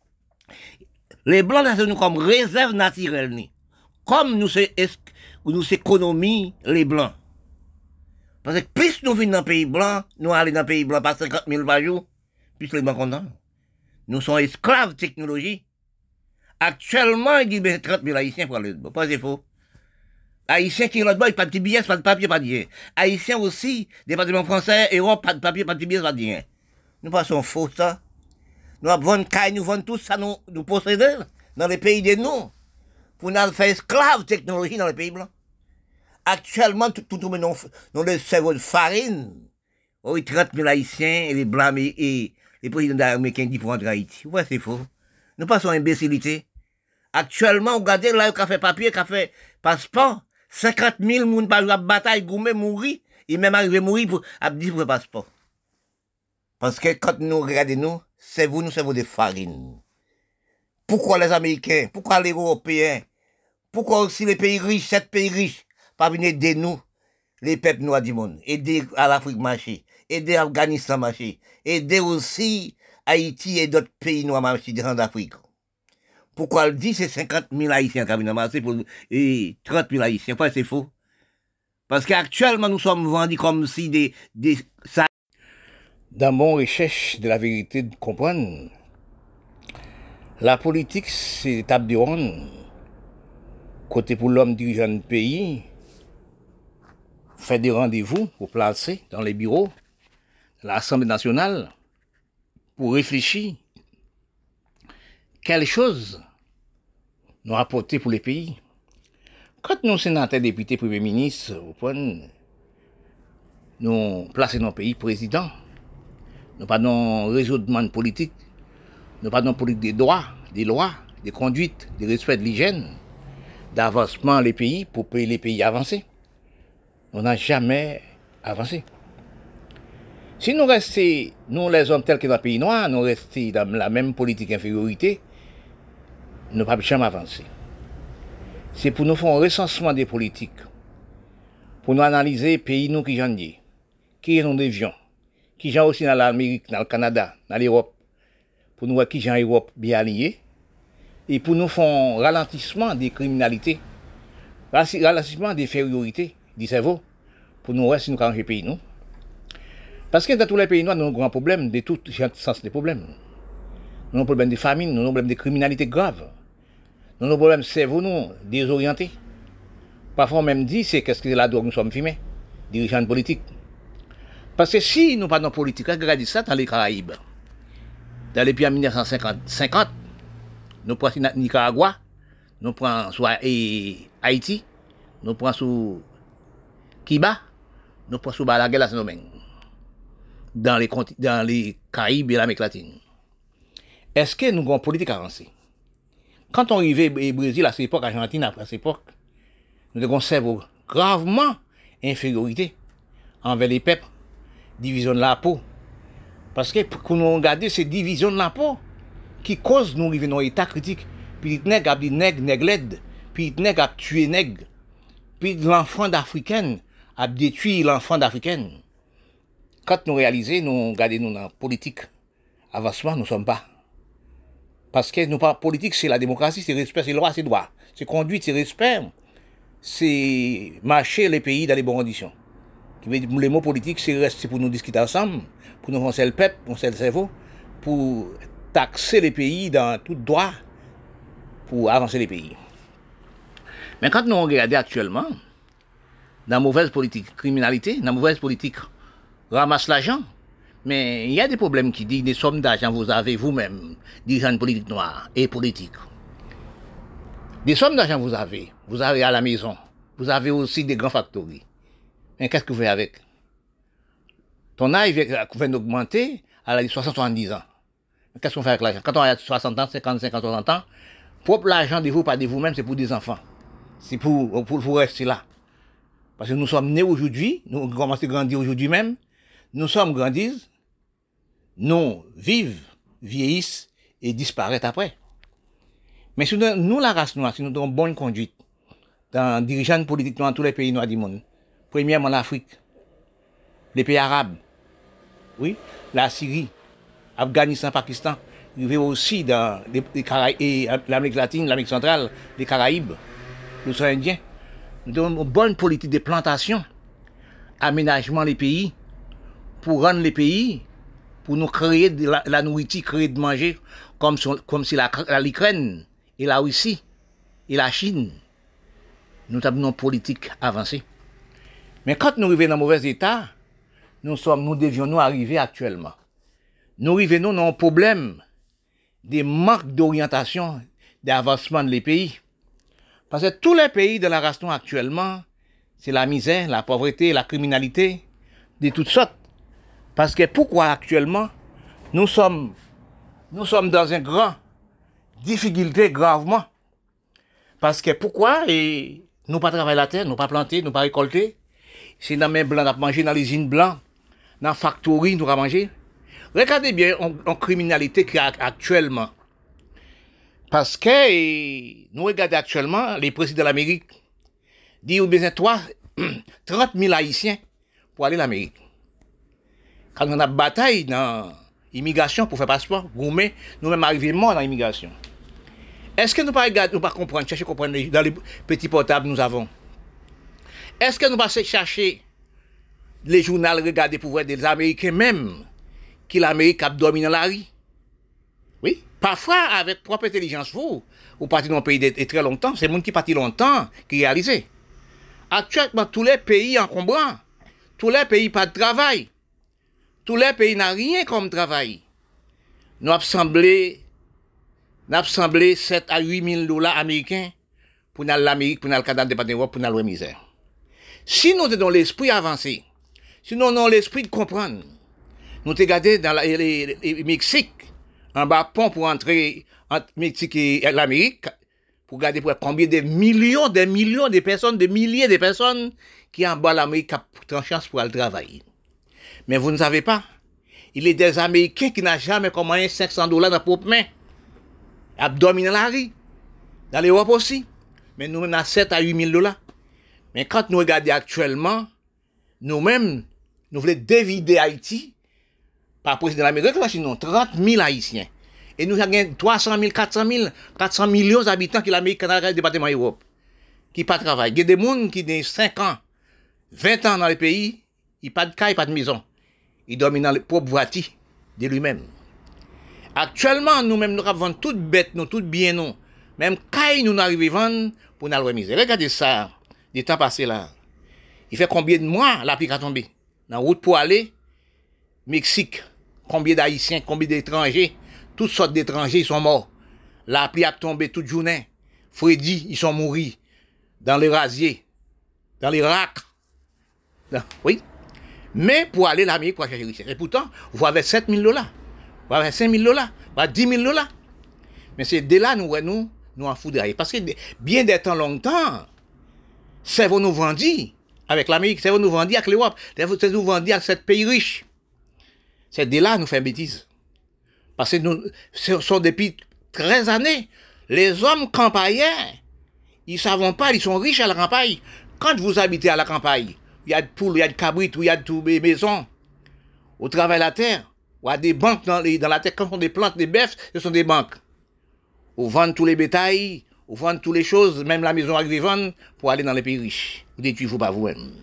Les Blancs, là, c'est nous comme réserve naturelle. Comme nous, c'est nous économie, les Blancs. Parce que plus nous venons dans le pays blanc, nous allons dans le pays blanc par cinquante mille par jour, plus les Blancs contents. Nous sommes esclaves de technologie. Actuellement, il dit ben, trente mille Haïtiens pour aller. Pas c'est faux. Haïtiens qui sont là-bas, ils n'ont pas de billets, pas de papier, pas de rien. Haïtiens aussi, département français, Europe, pas de papier, pas de billets, pas de rien. Nous passons faux ça. Nous vendons caille, nous vendons tout ça, nous, nous possédons dans les pays de nous. Pour nous faire esclaves de technologie dans les pays blancs. Actuellement, tout le monde dans le cerveau de farine. Oui, trente mille Haïtiens et les Blancs et, et les présidents américains qui font entrer en Haïti. Ouais, c'est faux. Nous passons à imbécilité. Actuellement, regardez là, il a fait papier, il a fait passeport. cinquante mille personnes par jour à bataille, gourmet, mourir. Et même arrivé à mourir pour, à dire pour le passeport. Parce que quand nous regardons nous, c'est vous, nous, c'est vous de farine. Pourquoi les Américains? Pourquoi les Européens? Pourquoi aussi les pays riches, sept pays riches, pas venir aider nous, les peuples noirs du monde, aider à l'Afrique marcher, aider l'Afghanistan marcher, aider aussi Haïti et d'autres pays noirs marcher dans l'Afrique. Pourquoi elle dit c'est cinquante mille Haïtiens qui viennent marcher pour et trente mille Haïtiens? Pourquoi c'est faux? Parce qu'actuellement, nous sommes vendus comme si des... des ça... Dans mon recherche de la vérité de comprendre, la politique, c'est table de ronde. Côté pour l'homme dirigeant du pays, fait des rendez-vous pour placer dans les bureaux de l'Assemblée nationale pour réfléchir quelle chose nous apporter pour les pays. Quand nous, sénateurs, députés, premiers ministres, nous plaçons nos pays président, nous pas dans raisonnement politique, nous pas dans politique des droits, des lois, des conduites, des respect de l'hygiène, d'avancement les pays pour payer les pays avancer. On n'a jamais avancé. Si nous restons, nous les hommes tels que dans le pays noir, nous restons dans la même politique infériorité, nous ne pouvons jamais avancer. C'est pour nous faire un recensement des politiques, pour nous analyser les pays nous qui j'en dis, qui nous devions, qui j'en aussi dans l'Amérique, dans le Canada, dans l'Europe, pour nous voir qui j'en Europe bien alliés, et pour nous faire un ralentissement des criminalités, ralentissement des infériorités du cerveau, pour nous voir si nous avons les pays nous. Parce que dans tous les pays noirs, nous avons un grand problème, de tout sens des problèmes. Nous avons un problème de famine, nous avons un problème de criminalité grave. Nous avons un problème de cerveau, nous, désorienté. Parfois, on même dit, c'est qu'est-ce que c'est la drogue nous sommes fumés, dirigeants politiques. Parce que si nous parlons de politique, regardez ça dans les Caraïbes. Dans les pays en mille neuf cent cinquante, nous prenons Nicaragua, nous prenons soit Haïti, nous prenons sous Cuba, nous prenons sous la guerre de Saint-Domingue. Dans les, dans les Caraïbes et l'Amérique latine. Est-ce que nous avons une politique avancée? Quand on arrivait au Brésil à cette époque, Argentine après cette époque, nous avons un cerveau gravement infériorité envers les peuples, division de la peau. Parce que pour nous regarder ces divisions de la peau qui causent nous arriver dans un état critique, puis les nègres a dit nègres, nègres laides, puis les nègres a tué nègres, puis l'enfant d'Africaine a détruit l'enfant d'Africaine. Quand nous réalisons, nous regardons nous dans la politique, avancement, nous ne sommes pas. Parce que nous pas politique, c'est la démocratie, c'est respect, c'est loi, c'est droit. C'est conduite, c'est respect. C'est marcher les pays dans les bonnes conditions. Les mots politiques, c'est rester pour nous discuter ensemble, pour nous foncer le peuple, foncer le cerveau, pour taxer les pays dans tout droit, pour avancer les pays. Mais quand nous regardons actuellement, dans la mauvaise politique, criminalité, dans la mauvaise politique, ramasse l'argent, mais il y a des problèmes qui disent des sommes d'argent vous avez vous-même, dirigeants politiques noirs et politiques. Des sommes d'argent vous avez, vous avez à la maison, vous avez aussi des grands factories. Mais qu'est-ce que vous faites avec? Ton âge vient d'augmenter à soixante soixante-dix ans. Qu'est-ce qu'on fait avec l'argent? Quand on a soixante ans, cinquante, cinquante, soixante ans, propre l'argent de vous, pas de vous-même, c'est pour des enfants. C'est pour, pour, pour rester là. Parce que nous sommes nés aujourd'hui, nous commençons à grandir aujourd'hui même, nous sommes grandis, nous vivent, vieillissent et disparaissent après. Mais si nous, nous la race noire, si nous avons une bonne conduite, dans dirigeants politiques dans tous les pays noirs du monde, premièrement l'Afrique, les pays arabes, oui, la Syrie, Afghanistan, Pakistan, nous vivons aussi dans les, les Caraïbes, l'Amérique latine, l'Amérique centrale, les Caraïbes, l'océan Indien. Nous avons une bonne politique de plantation, aménagement des pays, pour rendre les pays, pour nous créer de la, la nourriture, créer de manger, comme, comme si l'Ukraine et la Russie et la Chine, nous avons une politique avancée. Mais quand nous arrivons dans un mauvais état, nous, sommes, nous devions nous arriver actuellement. Nous arrivons dans un problème des manques d'orientation, d'avancement des pays. Parce que tous les pays de la race noire actuellement, c'est la misère, la pauvreté, la criminalité, de toutes sortes. Parce que pourquoi actuellement, nous sommes, nous sommes dans une grande difficulté gravement. Parce que pourquoi et nous pas travailler la terre, nous pas planter, nous pas récolter. C'est dans les blancs, nous manger dans les usines blancs, dans la factory, nous pas manger. Regardez bien en criminalité qu'il y a actuellement. Parce que et, nous regardons actuellement les présidents de l'Amérique disent besoin trente mille Haïtiens pour aller à l'Amérique. Quand on a une bataille dans l'immigration pour faire passeport, nous-mêmes nous arrivons morts dans l'immigration. Est-ce que nous ne pouvons pas comprendre, chercher à comprendre dans les petits portables que nous avons? Est-ce que nous passons chercher les journaux, regarder pour voir des Américains même, qui l'Amérique a dominé la rue? Oui. Parfois, avec propre intelligence, vous, vous partez dans un pays de, de très longtemps, c'est le monde qui partit longtemps qui réalise. Actuellement, tous les pays encombrants, tous les pays pas de travail, tous les pays n'ont rien comme travail. Nous avons semblé, nous avons semblé sept à huit mille dollars américains pour aller l'Amérique, pour aller le Canada, pour aller pour aller la misère. Si nous sommes dans l'esprit avancé, si nous avons l'esprit de comprendre, nous avons regardé dans le Mexique, en bas pont pour entrer entre Mexique et l'Amérique, pour regarder pour combien de millions, de millions de personnes, de milliers de personnes qui en bas l'Amérique ont chance pour aller travailler. Mais vous ne savez pas, il y a des Américains qui n'ont jamais commandé cinq cents dollars dans la propre main. Ils ont dominé la rue. Dans l'Europe aussi. Mais nous, on a sept à huit mille dollars. Mais quand nous regardons actuellement, nous-mêmes, nous voulons dévider Haïti par président de l'Amérique, nous trente mille Haïtiens. Et nous avons trois cent mille, quatre cent mille, quatre cents millions d'habitants qui l'Amérique, Canada, le département Europe, qui pas travaillent. Il y a des gens qui ont cinq ans, vingt ans dans le pays, ils n'ont pas de caille, pas de maison. Ils dorment dans le propre voiture de lui-même. Actuellement, nous-mêmes, nous avons toutes bêtes, nous, toutes bien, nous. Même caille, nous arrivons à vendre pour nous avoir misère. Regardez ça, des temps passés là. Il fait combien de mois la pluie a tombé? Dans la route pour aller, Mexique, combien d'Haïtiens, combien d'étrangers, toutes sortes d'étrangers, ils sont morts. La pluie a tombé toute journée. Freddy, ils sont morts dans les rasiers, dans les racks. Dans, oui. Mais pour aller à l'Amérique, pour chercher richesse. Et pourtant, vous avez sept mille dollars, vous avez cinq mille dollars, vous avez dix mille dollars. Mais c'est dès là, nous, nous, nous en foudroyons. Parce que bien des temps longtemps, c'est vous nous vendit avec l'Amérique, c'est vous nous vendit avec l'Europe, c'est vous nous vendit avec ce pays riche. C'est dès là, nous faisons bêtises. Parce que nous, ce sont depuis treize années, les hommes campagnards, ils ne savent pas, ils sont riches à la campagne. Quand vous habitez à la campagne, il y a de poules, il y a de cabrites, il y a de toutes les maisons. Au travail la terre, il y a des banques dans, les, dans la terre, quand ce sont des plantes, des bœufs, ce sont des banques. On vend tous les bétails, on vend toutes les choses, même la maison agricole, pour aller dans les pays riches. Vous dites, il ne faut pas vous-même.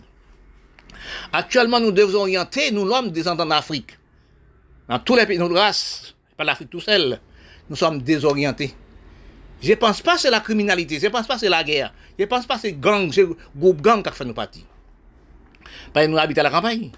Actuellement, nous devons orienter, nous, l'homme, descendants d'Afrique. Dans tous les pays, notre race, pas l'Afrique tout seul, nous sommes désorientés. Je ne pense pas que c'est la criminalité, je ne pense pas que c'est la guerre, je ne pense pas que c'est gang, c'est groupe gang qui a fait nous partir. Parce que nous habitons à la campagne.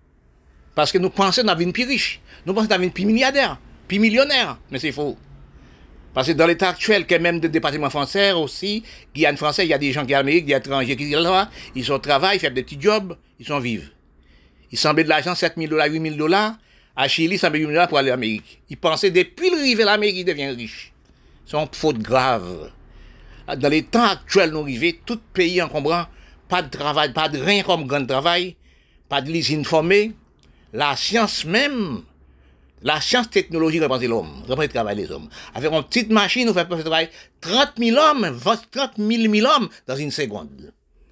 Parce que nous pensons qu'on a une plus riche. Nous pensons qu'on a une plus milliardaire, plus millionnaire. Mais c'est faux. Parce que dans l'état actuel, que même des départements français aussi, Guyane français, il y a des gens qui sont en Amérique, des étrangers qui sont là, ils sont au travail, ils font des petits jobs, ils sont vivants. Ils s'en de l'argent, sept mille dollars, huit mille dollars. À Chili, ils s'en huit mille dollars pour aller en Amérique. Ils pensaient depuis le rivet de l'Amérique, ils deviennent riches. C'est une faute grave. Dans les temps actuels, nous arrivons, tout pays encombrant, pas de travail, pas de rien comme grand travail, pas de l'usine formée. La science même, la science technologique représente l'homme, représente le travail des hommes. Avec une petite machine, nous faisons travailler trente mille hommes, trente mille mille hommes dans une seconde.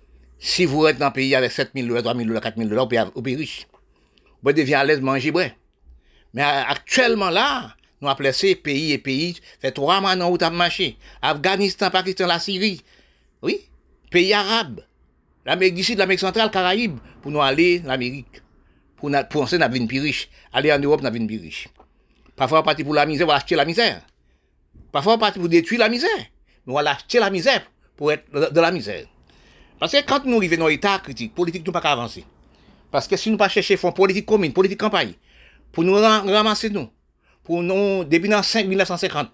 Si vous êtes dans un pays avec sept mille dollars, trois mille dollars, quatre mille dollars, vous êtes riche. Vous devenez à l'aise manger, bref. Mais actuellement là, nous avons placé pays et pays, fait trois mois dans où tu as marché. Afghanistan, Pakistan, la Syrie. Oui, pays arabes. L'Amérique du Sud, l'Amérique centrale, Caraïbes, pour nous aller en Amérique. Pour nous penser qu'on a une plus riche. Aller en Europe, on a une plus riche. Parfois, on partit pour la misère, on va acheter la misère. Parfois, on partit pour détruire la misère. Mais on va acheter la misère pour être de la misère. Parce que quand nous arrivons dans l'état critique, politique, nous ne pouvons pas avancer. Parce que si nous ne pas chercher fonds politique commune, politique campagne, pour nous ramasser nous, pour nous, depuis mille neuf cent cinquante,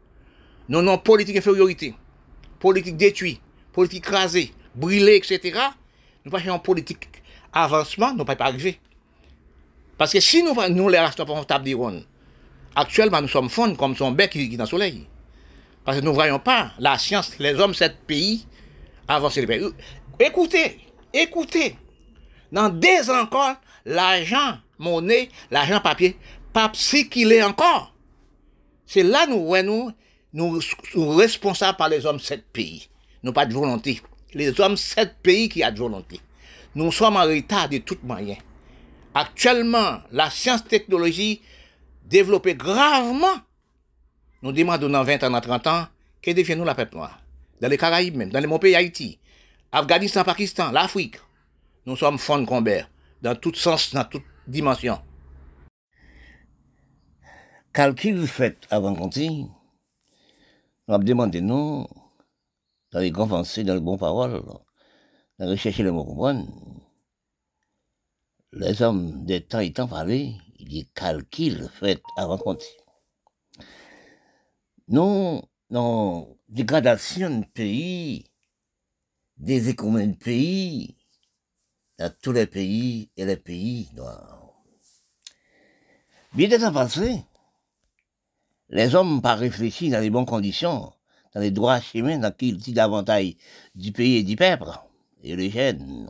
nous avons politique infériorité, politique détruite, politique crasée, brûlée, et cetera. Nous ne pas politique avancement, nous ne pouvons pas arriver. Parce que si nous, nous les restons pour table d'Iron, actuellement nous sommes fonds comme son bec qui est dans le soleil. Parce que nous ne voyons pas la science, les hommes, sept pays, avancer les pays. Écoutez, écoutez, dans deux ans encore, l'argent, monnaie, l'argent papier, pas circuler encore. C'est là nous, ouais, nous, nous sommes responsables par les hommes sept pays. Nous pas de volonté. Les hommes sept pays qui ont de volonté. Nous sommes en retard de toute manière. Actuellement, la science-technologie développée gravement. Nous demandons dans vingt ans, dans trente ans, que devient nous la peuple noire? Dans les Caraïbes même, dans les mon pays Haïti, Afghanistan, Pakistan, l'Afrique, nous sommes fonds de combat, dans tout sens, dans toute dimension. Calcul fait avant qu'on dise, on va demander nous, dans les grands pensées, dans les bonnes paroles, dans rechercher les mots comprendre. Les hommes des temps étant parlé, il dit calcul fait avant qu'on dise. Nous, non, dégradation de pays, des économies de pays, dans tous les pays et les pays noirs. Bien des temps passés, les hommes n'ont pas réfléchi dans les bonnes conditions, dans les droits chemins, dans qui ils disent davantage du pays et du peuple, et les jeunes.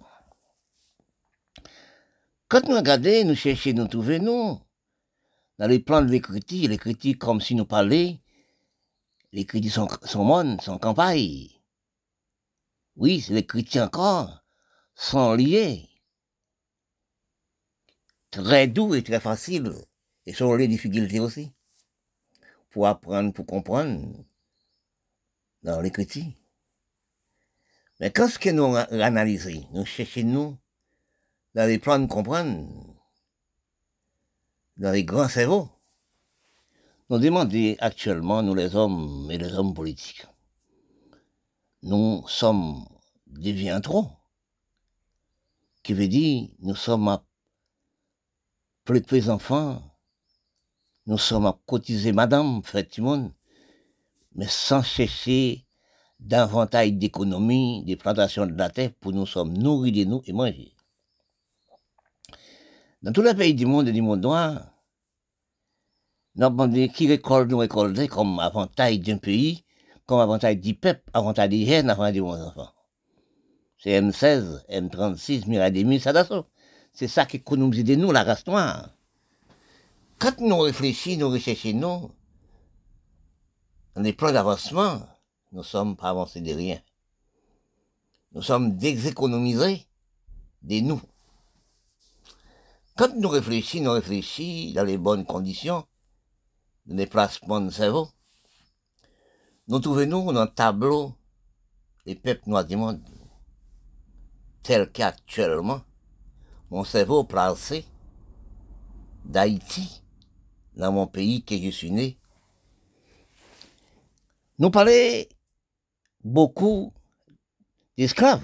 Quand nous regardons, nous cherchons, nous trouvons, nous, dans les plans de l'écriture, l'écriture comme si nous parlions, l'écriture sont, sont monde, sont campagne. Oui, c'est l'écriture encore, sont liés. Très doux et très facile, et sont les difficultés aussi. Pour apprendre, pour comprendre dans l'écriture. Mais quand ce que nous analysons, nous cherchons nous dans les plans de comprendre, dans les grands cerveaux, nous demandons actuellement, nous les hommes et les hommes politiques, nous sommes deviens trop, qui veut dire nous sommes à plus de enfants, nous sommes à cotiser madame, fait tout le monde, mais sans chercher davantage d'économie, des plantations de la terre pour nous sommes nourris de nous et manger. Dans tous les pays du monde et du monde noir, nous avons demandé qui récolte nous récolter comme avantage d'un pays, comme avantage du peuple, avantage des jeunes, avantage des bons enfants. C'est M seize, M trente-six, Mirademi, ça d'assaut. C'est ça qui économise de nous, la race noire. Quand nous réfléchissons, nous recherchons, nous, dans les plans d'avancement, nous ne sommes pas avancés de rien. Nous sommes déséconomisés de nous. Quand nous réfléchissons, nous réfléchissons dans les bonnes conditions, dans les placements de cerveau. Nous trouvons nous dans le tableau les peuples noirs du monde, tel qu'actuellement, mon cerveau placé d'Haïti, dans mon pays que je suis né. Nous parlons beaucoup d'esclaves.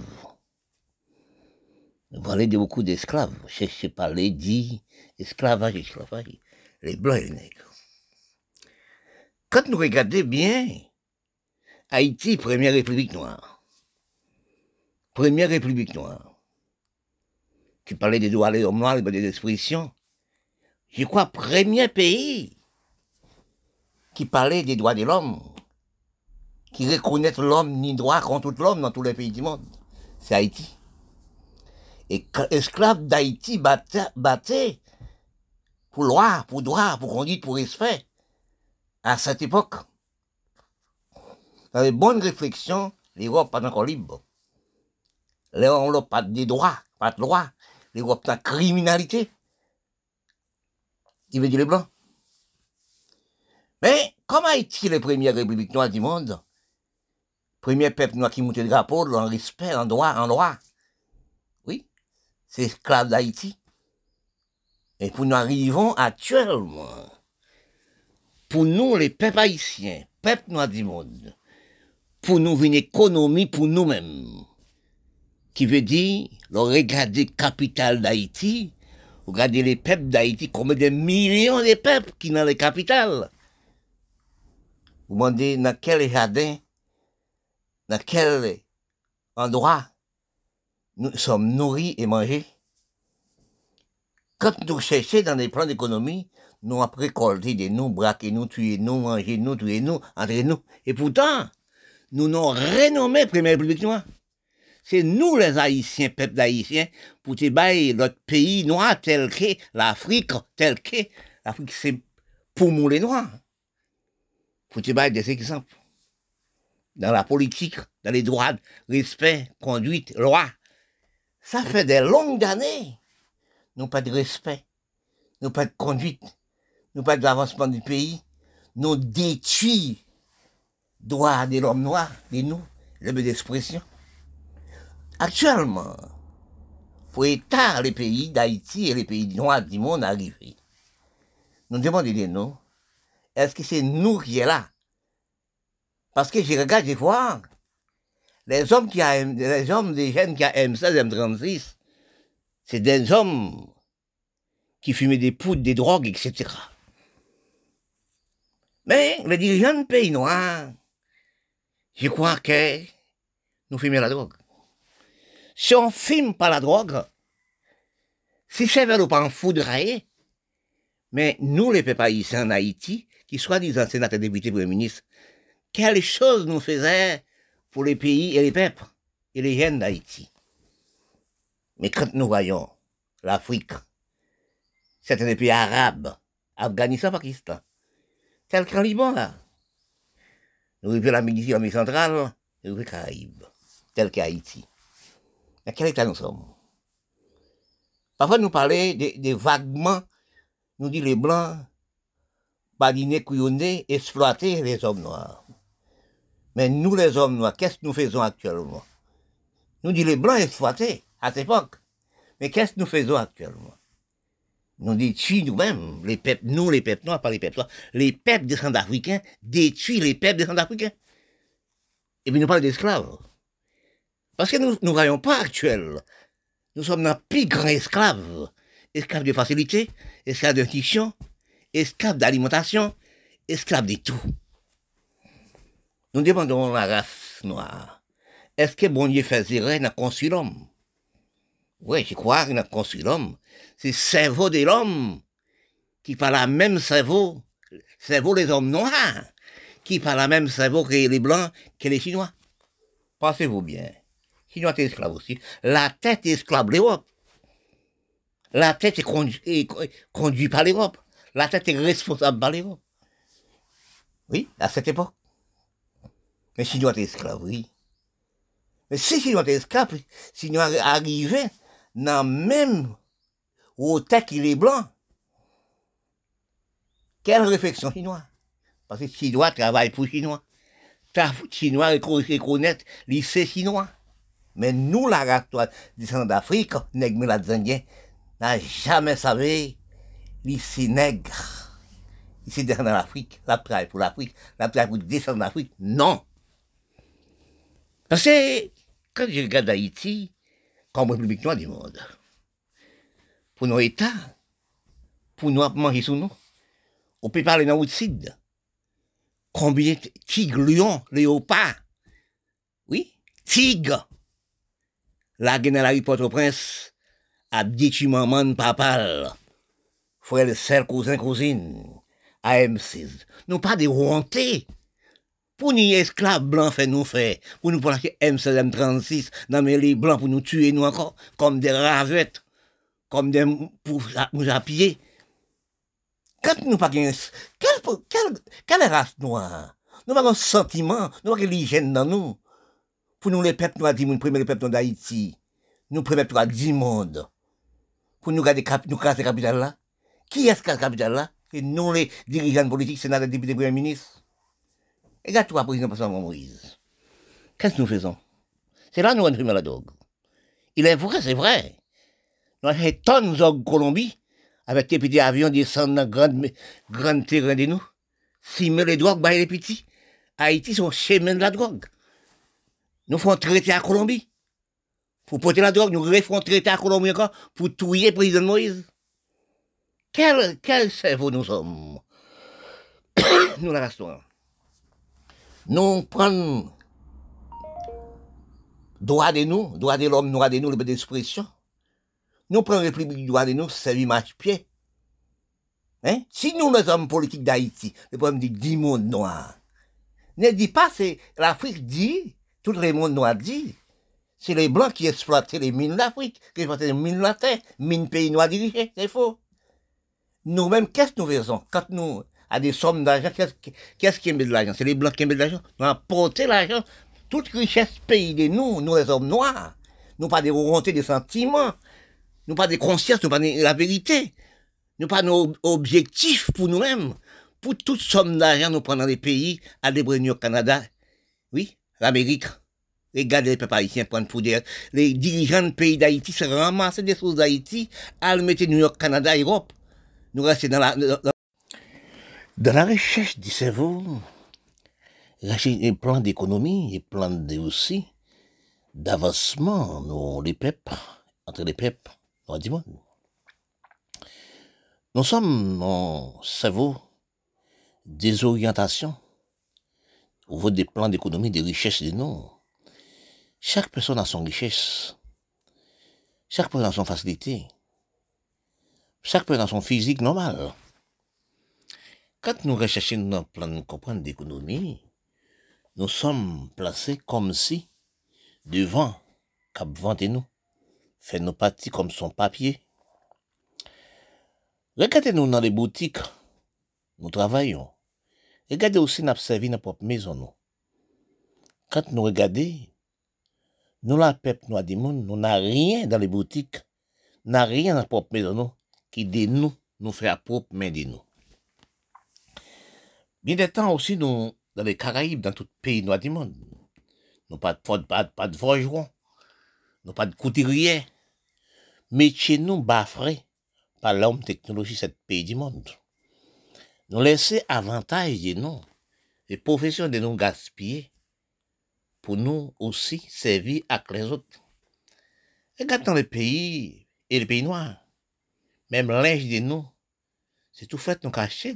Nous parlons de beaucoup d'esclaves. Je sais parler, dit esclavage, esclavage, les blancs et les nègres. Quand nous regardons bien, Haïti, première république noire. Première république noire. Qui parlait des droits des hommes noirs, des expressions. Je crois, premier pays qui parlait des droits de l'homme, qui reconnaît l'homme ni droit contre tout l'homme dans tous les pays du monde. C'est Haïti. Et esclaves d'Haïti battaient, battaient pour loi, pour droit, pour conduite, pour respect. À cette époque, dans les bonnes réflexions, l'Europe pas encore libre. L'Europe n'a pas de droits, pas de loi. L'Europe n'a criminalité. Il veut dire les Blancs. Mais, comme Haïti est la première république noire du monde, premier peuple noir qui monte le drapeau, en respect, en droit, en loi, oui, c'est esclave d'Haïti. Et pour nous arrivons actuellement, pour nous, les peuples haïtiens, peuples noirs du monde, pour nous une économie pour nous-mêmes, qui veut dire, le regarder capitale d'Haïti, regardez les peuples d'Haïti, comme des millions de peuples qui sont dans les capitales. Vous demandez dans quel jardin, dans quel endroit nous sommes nourris et mangés. Quand nous cherchons dans les plans d'économie, nous avons récolté de nous, braqué nous, tué nous, mangé nous, tué nous, entre nous. Et pourtant, nous nous renommé Première République noire. C'est nous les Haïtiens, peuple d'Haïtiens, pour te bailler notre pays noir tel que l'Afrique, tel que l'Afrique, c'est pour nous les Noirs. Pour te bailler des exemples. Dans la politique, dans les droits, respect, conduite, loi. Ça fait des longues années. Nous pas de respect, nous pas de conduite, nous pas d'avancement du pays. Nous détruisons droits de l'homme noir, de nous, le d'expression. Actuellement, pour État, les pays d'Haïti et les pays noirs du monde arriver. Nous demandons de nous, est-ce que c'est nous qui est là? Parce que je regarde, je vois, les hommes qui a, les hommes des jeunes qui a M seize, M trente-six, c'est des hommes qui fumaient des poudres, des drogues, et cetera. Mais les dirigeants de pays noirs, je crois que nous fumons la drogue. Si on fume pas la drogue, si c'est vers le pas en foudroyer, mais nous, les peuples haïtiens en Haïti, qui soi-disant sénateurs, députés, premiers ministres, quelle chose nous faisaient pour les pays et les peuples et les jeunes d'Haïti. Mais quand nous voyons l'Afrique, certains pays arabes, Afghanistan, Pakistan, tel qu'en Liban, là, nous vivons l'Amérique, l'Amérique centrale, et nous vivons les Caraïbes, tel qu'Haïti. Mais quel état nous sommes? Parfois, nous parlons des de vaguement, nous dit les Blancs, badiner, couillonner, exploiter les hommes noirs. Mais nous, les hommes noirs, qu'est-ce que nous faisons actuellement? Nous dit les Blancs exploiter à cette époque. Mais qu'est-ce que nous faisons actuellement? Nous détruisons nous-mêmes, les peuples, nous, les peuples noirs, pas les peuples noirs, les peuples des Centrafricains détruisent les peuples des Centrafricains. Et puis nous parlons d'esclaves. Parce que nous ne voyons pas actuel. Nous sommes dans plus grand esclaves. Esclaves de facilité, esclaves de fiction, esclaves d'alimentation, esclaves de tout. Nous demandons à la race noire, est-ce que bon Dieu fait zéro dans construit l'homme? Oui, je crois qu'il a construit l'homme. C'est le cerveau de l'homme qui parle la même cerveau, cerveau des hommes noirs, qui parle la même cerveau que les Blancs, que les Chinois. Pensez-vous bien. Chinois est esclave aussi. La tête est esclave de l'Europe. La tête est conduite conduit par l'Europe. La tête est responsable par l'Europe. Oui, à cette époque. Mais Chinois est esclave, oui. Mais si Chinois est esclave, Chinois arrivait dans même au tête qu'il est blanc. Quelle réflexion Chinois? Parce que Chinois travaille pour Chinois. Chinois reconnaît lycée chinois. Mais nous, la race descendants d'Afrique, nègres Indiens, n'a jamais savé lycée nègre. Ici, descendant d'Afrique, la travaille pour l'Afrique, la travaille pour descendre d'Afrique. Non. Parce que, quand je regarde Haïti, comme République noire du monde, pour nos États, pour nous manger sous nous, on peut parler dans le sud. Combien de tigres, lions, léopards? Oui, tigres. La gueule dans la rue Port-au-Prince a détruit maman, papa, frère, sœur, cousin, cousine, à M seize. Nous pas de honte. Pour nous esclaves blancs fait nous faire, pour nous prendre M seize, M trente-six, dans les blancs pour nous tuer nous encore, comme des ravettes, comme des pour nous appuyer. Quand nous pas quelle, quelle, quelle race noire? Nous avons un sentiment, nous avons l'hygiène dans nous. Pour nous, les peuples noirs, nous premier les peuples d'Haïti, nous premier trois dix mondes. Pour nous garder nous casser la capitale là. Qui est-ce qui a la capitale là? Et nous, les dirigeants politiques, sénateurs, députés, premiers ministres. Regarde-toi, président Pascal Moïse. Qu'est-ce que nous faisons? C'est là que nous entrons la drogue. Il est vrai, c'est vrai. Nous avons fait tonnes de Colombie, avec des petits avions descendant dans grand, grand terrain de nous. Si mais les drogues, bah, les petits. Haïti sont chemin de la drogue. Nous faisons traiter à Colombie. Pour porter la drogue, nous refont traiter à Colombie encore pour tuer le président Moïse. Quel, quel cerveau nous sommes? Nous la restons. Nous prenons droit de nous, droit de l'homme, droit de nous, liberté d'expression. Nous prenons République droit de nous, c'est l'image pied. Hein? Si nous, les hommes politiques d'Haïti, le problème dit dix mondes noirs, ne dit pas, c'est l'Afrique dit, tout le monde noir dit, c'est les Blancs qui exploitaient les mines d'Afrique, qui exploitaient les mines de la terre, mines pays noirs dirigés, c'est faux. Nous-mêmes, qu'est-ce que nous faisons? Quand nous, à des sommes d'argent, qu'est-ce, qu'est-ce qui met de l'argent? C'est les Blancs qui mettent de l'argent. Nous avons porté l'argent, toute richesse pays de nous, nous les hommes noirs. Nous pas des volontés, des sentiments. Nous pas des consciences, nous pas de la vérité. Nous pas nos objectifs pour nous-mêmes. Pour toute somme d'argent, nous prenons des pays, à des Bretagne au Canada. Oui, l'Amérique. Regardez les peuples haïtiens prendre pour dire, les dirigeants du pays d'Haïti se ramasser des choses d'Haïti, à le mettre New York, Canada, Europe. Nous restons dans la, dans, dans la recherche du cerveau, un plan d'économie, un plan de aussi, d'avancement, nous, les peuples, entre les peuples, nous, du monde. Nous sommes dans le cerveau, désorientation, au niveau des plans d'économie, des richesses de nous. Chaque personne a son richesse. Chaque personne a son facilité. Chaque personne a son physique normal. Quand nous recherchons notre plan de comprendre d'économie, nous sommes placés comme si devant cap vente nous, fait nos parties comme son papier. Regardez-nous dans les boutiques, nous travaillons. Regardez aussi nous servi dans notre propre maison. Nous. Quand nous regardons, nous la peuple nous dit nous n'a rien dans les boutiques, n'a rien dans notre propre maison nous, qui de nous nous fait à propre main de nous. Bien des temps aussi nous dans les Caraïbes, dans tout pays noir du monde, nous pas de pas, pas de forgeron, nous pas de couturier, mais chez nous baffré par l'homme technologie cet pays du monde. Nous laisser avantage de nous, les professions de nous gaspiller pour nous aussi servir avec les autres. Regarde dans les pays et les pays noirs, même linge de nous, c'est tout fait nous cacher.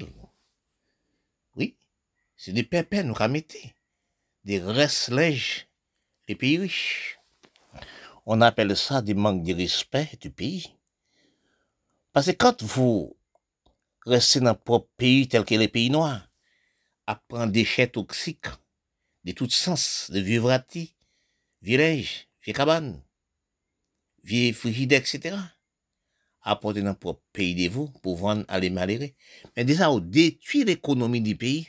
Oui, c'est des pépins nous mettre, des restes linge, les pays riches. On appelle ça des manques de respect du pays. Parce que quand vous restez dans votre propre pays tel que les pays noirs, à prendre des déchets toxiques de tout sens, de vieux vratis, vieux linge, vieux cabanes, vieux frigidaires, et cetera. Apporter dans votre propre pays de vous pour vendre à les malheureux. Mais déjà, on détruit l'économie du pays.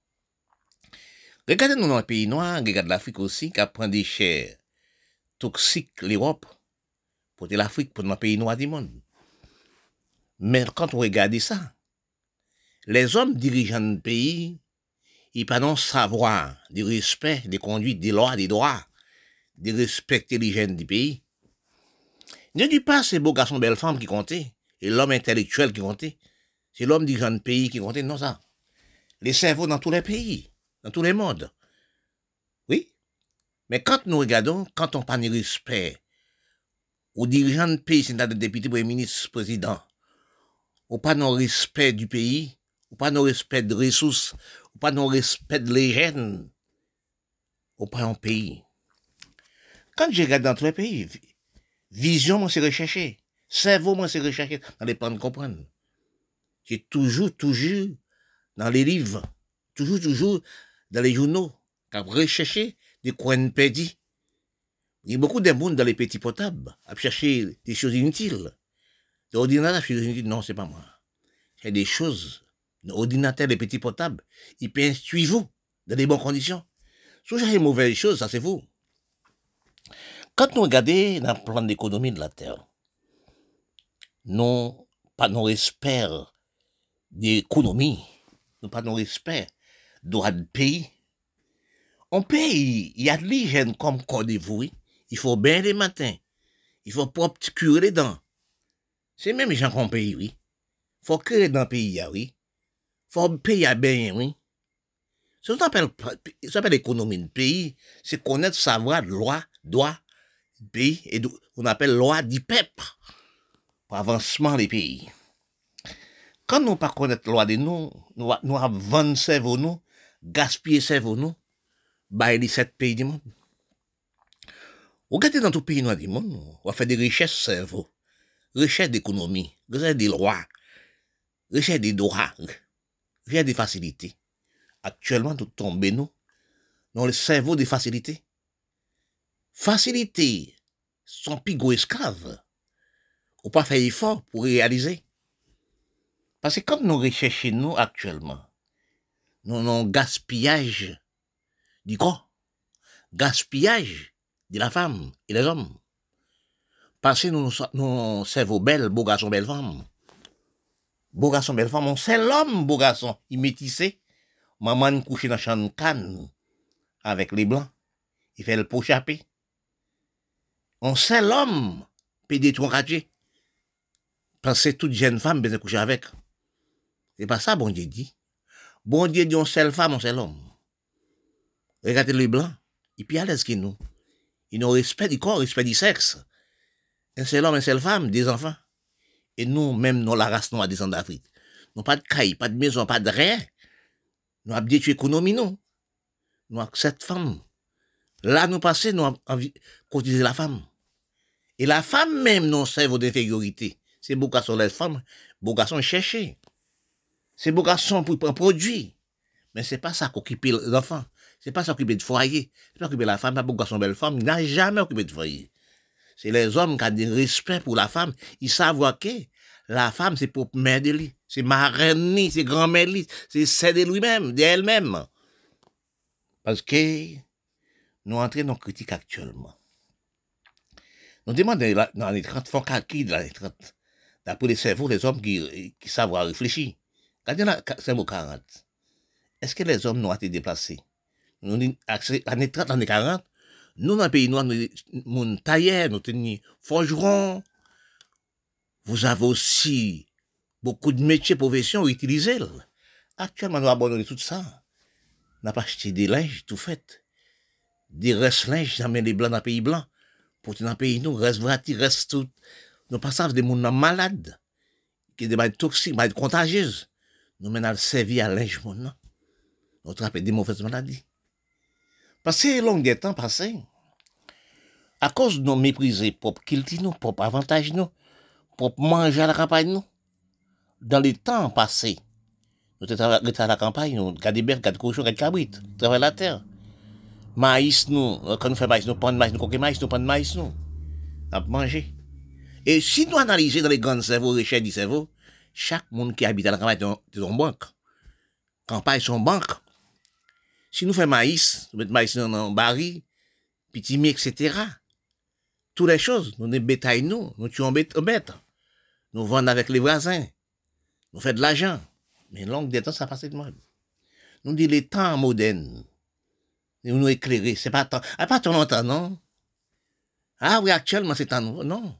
Regardez-nous dans le pays noir, regardez l'Afrique aussi, qui prend des déchets toxiques, l'Europe, pour l'Afrique, pour le pays noir du monde. Mais quand on regarde ça, les hommes dirigeants du pays, ils n'ont pas savoir du respect, des conduites, des lois, des droits, de respecter l'hygiène du pays. Ne dis pas c'est beau garçon, belle femme qui comptait, et l'homme intellectuel qui comptait. C'est l'homme dirigeant du pays qui comptait, non ça. Les cerveaux dans tous les pays, dans tous les mondes. Oui. Mais quand nous regardons, quand on parle de respect aux dirigeants du pays, c'est-à-dire des députés, premiers ministres, présidents, ou pas non respect du pays, ou pas non respect de ressources, ou pas non respect de l'hygiène, ou pas un pays. Quand je regarde dans tous les pays, vision, moi, c'est recherché. Cerveau, moi, c'est recherché dans les plans de comprendre. J'ai toujours, toujours, dans les livres, toujours, toujours, dans les journaux, quand recherché des coins perdus. Il y a beaucoup de monde dans les petits potables, à chercher des choses inutiles. L'ordinateur, je dis, non, c'est pas moi. C'est des choses. L'ordinateur, les petits potables, il peut instruire vous dans des bonnes conditions. Si j'ai une mauvaise chose, ça c'est vous. Quand nous regardons dans le plan d'économie de la Terre, non, pas nos respect d'économie, non pas nos respect droit de pays. On paye, il y a de l'hygiène comme code vous, il faut bien les matins, il faut propre curer les dents. C'est même les gens qu'on paye, oui. Faut créer dans le pays, oui. Faut payer bien, oui. Ce qu'on appelle, appelle l'économie du pays, c'est connaître, savoir, loi, droit, pays, et on appelle loi du peuple, pour avancement des pays. Quand nous ne pas connaître loi de nous, nous, nous avons vendu cerveau nous, gaspillé cerveau nous, bah, il y a sept pays du monde. Regardez dans tout pays noir du monde, on va faire des richesses cerveau. Richesse d'économie, richesse des lois, richesse des droits, richesse des facilités. Actuellement, tout tombe nous dans le cerveau des facilités. Facilités sont plus gros esclaves. On pas faire effort pour réaliser. Parce que comme nous recherchons nous actuellement, nous avons gaspillage du corps, gaspillage de la femme et des hommes. Parce que nous, nous cerveau belle, beau garçon, belle femme. Beau garçon, belle femme, on sait l'homme, beau garçon. Il métissé. Maman couché dans la chambre canne avec les blancs. il fait le pot chapé. On sait l'homme, peut détruire un quartier. Parce que toute jeune femme peut se coucher avec. C'est pas ça, bon Dieu dit. Bon Dieu dit, on seule femme, on seul homme. Regardez les blancs, ils sont à l'aise que nous. Ils ont respect du corps, respect du sexe. Un seul homme, une seule femme, des enfants. Et nous, même, nous, la race noire descend d'Afrique. Nous pas de caille, pas de maison, pas de rien. Nous avons détruit l'économie, nous. Nous avons cette femme. Là, nous passons, nous avons cotisé la femme. Et la femme même, nous servons d'infériorité. C'est beau garçon, les femmes, beau garçon chercher. C'est beau garçon pour prendre produit. Mais c'est pas ça qu'occupe l'enfant. C'est pas ça qu'occupe de foyer. C'est pas occuper la femme, pas beau garçon, belle femme. Il n'a jamais occupé de foyer. C'est les hommes qui ont du respect pour la femme. Ils savent que la femme, c'est pour mère de lui. C'est marraine, c'est grand-mère, c'est celle de lui-même, d'elle-même. Parce que nous entrons dans la critique actuellement. Nous demandons dans les trente, font calcul dans les trente. D'après les cerveaux, les hommes qui, qui savent réfléchir. Quand il y a cerveau quarante, est-ce que les hommes n'ont été déplacés? Nous, années trente, années quarante, nous, dans le pays noir, nous, nous tailleurs, nous tenons forgerons. Vous avez aussi beaucoup de métiers, professions utilisés. Actuellement, nous abandonnons tout ça. On n'a pas acheté des linges, tout fait. Des restes linges, jamais les blancs dans le pays blanc. Pour dans le pays, nous, reste vratis, reste tout. Nous passons des gens malades, qui sont des malades toxiques, des malades contagieuses. Nous menons le servir à linge, non? Nous trappons des mauvaises maladies. Parce que long des temps passés, à cause de nous mépriser, propre culture, nous, propre avantage, nous, propre manger à la campagne, nous, dans les temps passés, nous étions à la campagne, nous, gardons bœuf, gardons cochon, gardons cabrit, travaillons la terre. Maïs, nous, quand nous faisons maïs, nous prenons maïs, nous coquons maïs, nous prenons maïs, nous, nous manger. Et si nous analysons dans les grands cerveaux, les recherches du cerveau, chaque monde qui habite à la campagne est en banque. Campagne, c'est en banque. Si nous faisons maïs, nous mettons maïs dans un baril, petit mi, et cetera. Toutes les choses, nous ne bétail nous, nous tuons bêtes, nous vendons avec les voisins, nous faisons de l'argent. Mais longue des temps, ça passe de mode. Nous disons les temps modernes, nous nous éclairer, c'est pas tant, ah, pas tant longtemps, non? Ah oui, actuellement, c'est tant, non.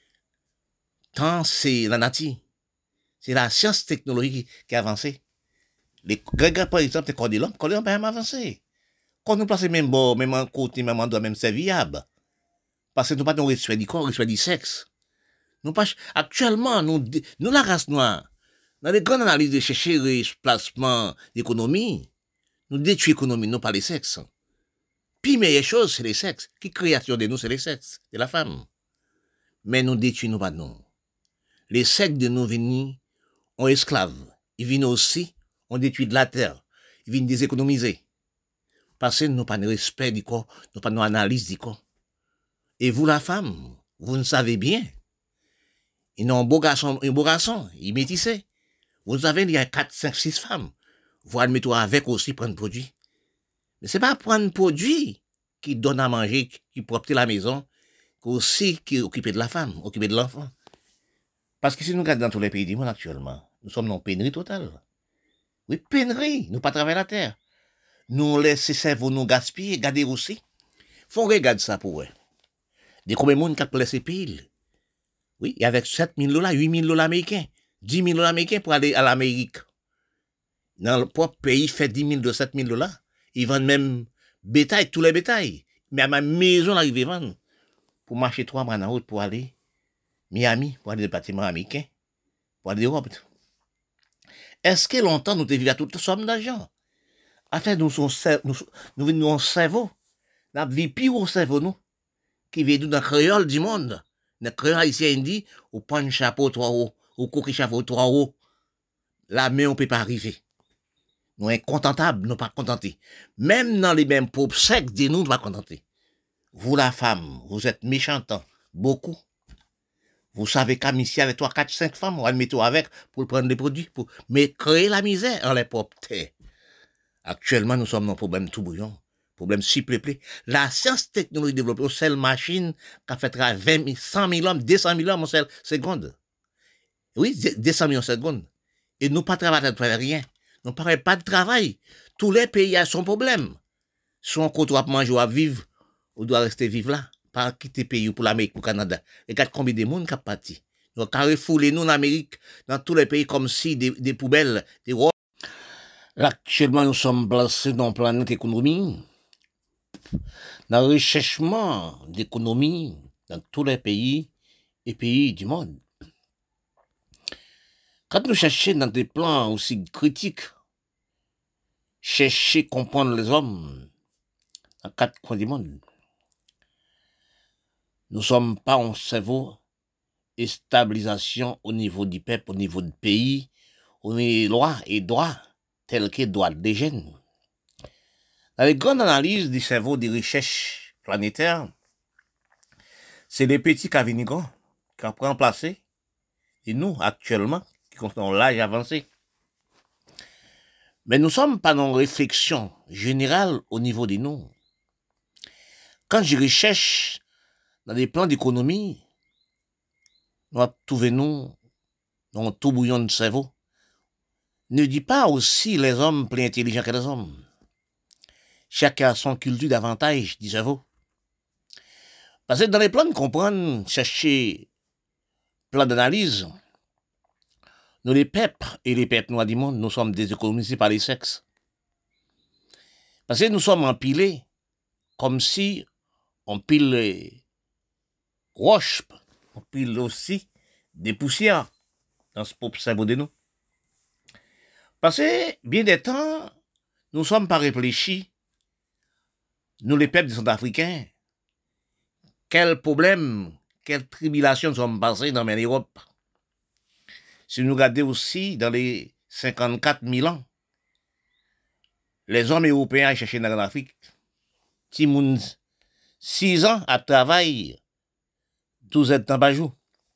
Tant, c'est la nature. C'est la science technologique qui a avancé. Les regarde par exemple, les corps de l'homme, corps de l'homme a avancé. Quand nous passons même bord, même en côté, même endroit, même c'est viable. Parce que nous pas de respect du corps, respect du sexe. Nous pas, actuellement, nous, nous la race noire, dans les grandes analyses de chercher le placement d'économie, nous détruisons l'économie, non pas les sexes. Puis meilleure chose, c'est les sexes. Qui création de nous, c'est les sexes, c'est la femme. Mais nous détruisons pas non. Les sexes de nous venus en esclaves. Ils viennent aussi, on détruit de la terre. Ils viennent déséconomiser. Parce que nous n'avons pas de respect du corps, nous n'avons pas d'analyse du corps. Et vous, la femme, vous ne savez bien. Ils ont un beau garçon, un beau garçon, il est métissé. Vous savez, il y a quatre, cinq, six femmes. Vous admettez avec aussi prendre produit. Mais c'est pas prendre produit qui donne à manger, qui propre la maison, aussi qui est occupé de la femme, occupé de l'enfant. Parce que si nous regardons dans tous les pays du monde actuellement, nous sommes dans une pénurie totale. Oui, pénurie, nous pas travailler la terre. Nous laissons cerveau nous gaspiller, garder aussi. Faut regarder ça pour eux. Des combien de monde qui a laissé payer. Oui, et avec sept mille dollars, huit mille dollars américains, dix mille dollars américains pour aller à l'Amérique. Dans le propre pays, fait dix mille de sept mille dollars. Ils vendent même bétail, tous les bétails. Mais à ma maison, ils arrivent à vendre. Pour marcher trois mois en route pour aller Miami, pour aller dans le bâtiment américain, pour aller en Europe. Est-ce que longtemps nous devons à toute somme d'argent? Afin nous nous nous nous en cerveau, la vie pire au cerveau nous, qui vit dans le créole du monde. Le créole haïtien dit, au point de chapeau trois hauts, au coquille chapeau trois hauts, là mais on peut pas arriver. Nous incontentables, nous pas contentés. Même dans les mêmes pauvres secs, nous ne pas contentés. Vous la femme, vous êtes méchantant, beaucoup. Vous savez qu'à ici avec trois, quatre, cinq femmes, on va le mettre avec pour prendre des produits, pour mais créer la misère en les propres terres. Actuellement, nous sommes dans un problème tout bouillon, problème si peuplé. La science technologique développée, une seule machine qui a fait vingt mille, cent mille hommes, deux cent mille hommes en seule seconde. Oui, deux cent mille en seconde. Et nous pas travailler de rien. Nous ne pas de travail. Tous les pays ont son problème. Soit on côtoie à manger ou à vivre, on doit rester vivre là, pas quitter le pays pour l'Amérique, pour le Canada. Regarde combien de monde qui a parti. Donc, quand refouler nous en Amérique, dans tous les pays, comme si des, des poubelles, des roches. Là, actuellement, nous sommes placés dans la planète économie, dans le recherchement d'économie dans tous les pays et pays du monde. Quand nous cherchons dans des plans aussi critiques, chercher comprendre les hommes dans quatre coins du monde, nous ne sommes pas en cerveau et stabilisation au niveau du peuple, au niveau du pays, au niveau des lois et droits tels que droits des jeunes. Dans les grandes analyses du cerveau des recherches planétaires, c'est les petits qui viennent grands, qui ont remplacé, et nous, actuellement, qui sont l'âge avancé. Mais nous ne sommes pas dans une réflexion générale au niveau de nous. Quand je recherche dans des plans d'économie, nous trouvons nous dans un tout bouillon de cerveau. Ne dis pas aussi les hommes plus intelligents que les hommes. Chacun a son culture davantage du cerveau. Parce que dans les plans de comprendre, chercher plan d'analyse, nous les peuples et les peuples noirs du monde, nous sommes déséconomisés par les sexes. Parce que nous sommes empilés comme si on pile les roches, on pile aussi des poussières dans ce propre cerveau de nous. Parce que bien des temps, nous ne sommes pas réfléchis, nous les peuples sud-africains, quel problème, quelle tribulation nous sommes passés dans l'Europe. Si nous regardons aussi dans les cinquante-quatre mille ans, les hommes européens ont cherché dans l'Afrique, Timoun, six ans à travailler, douze ans par jour.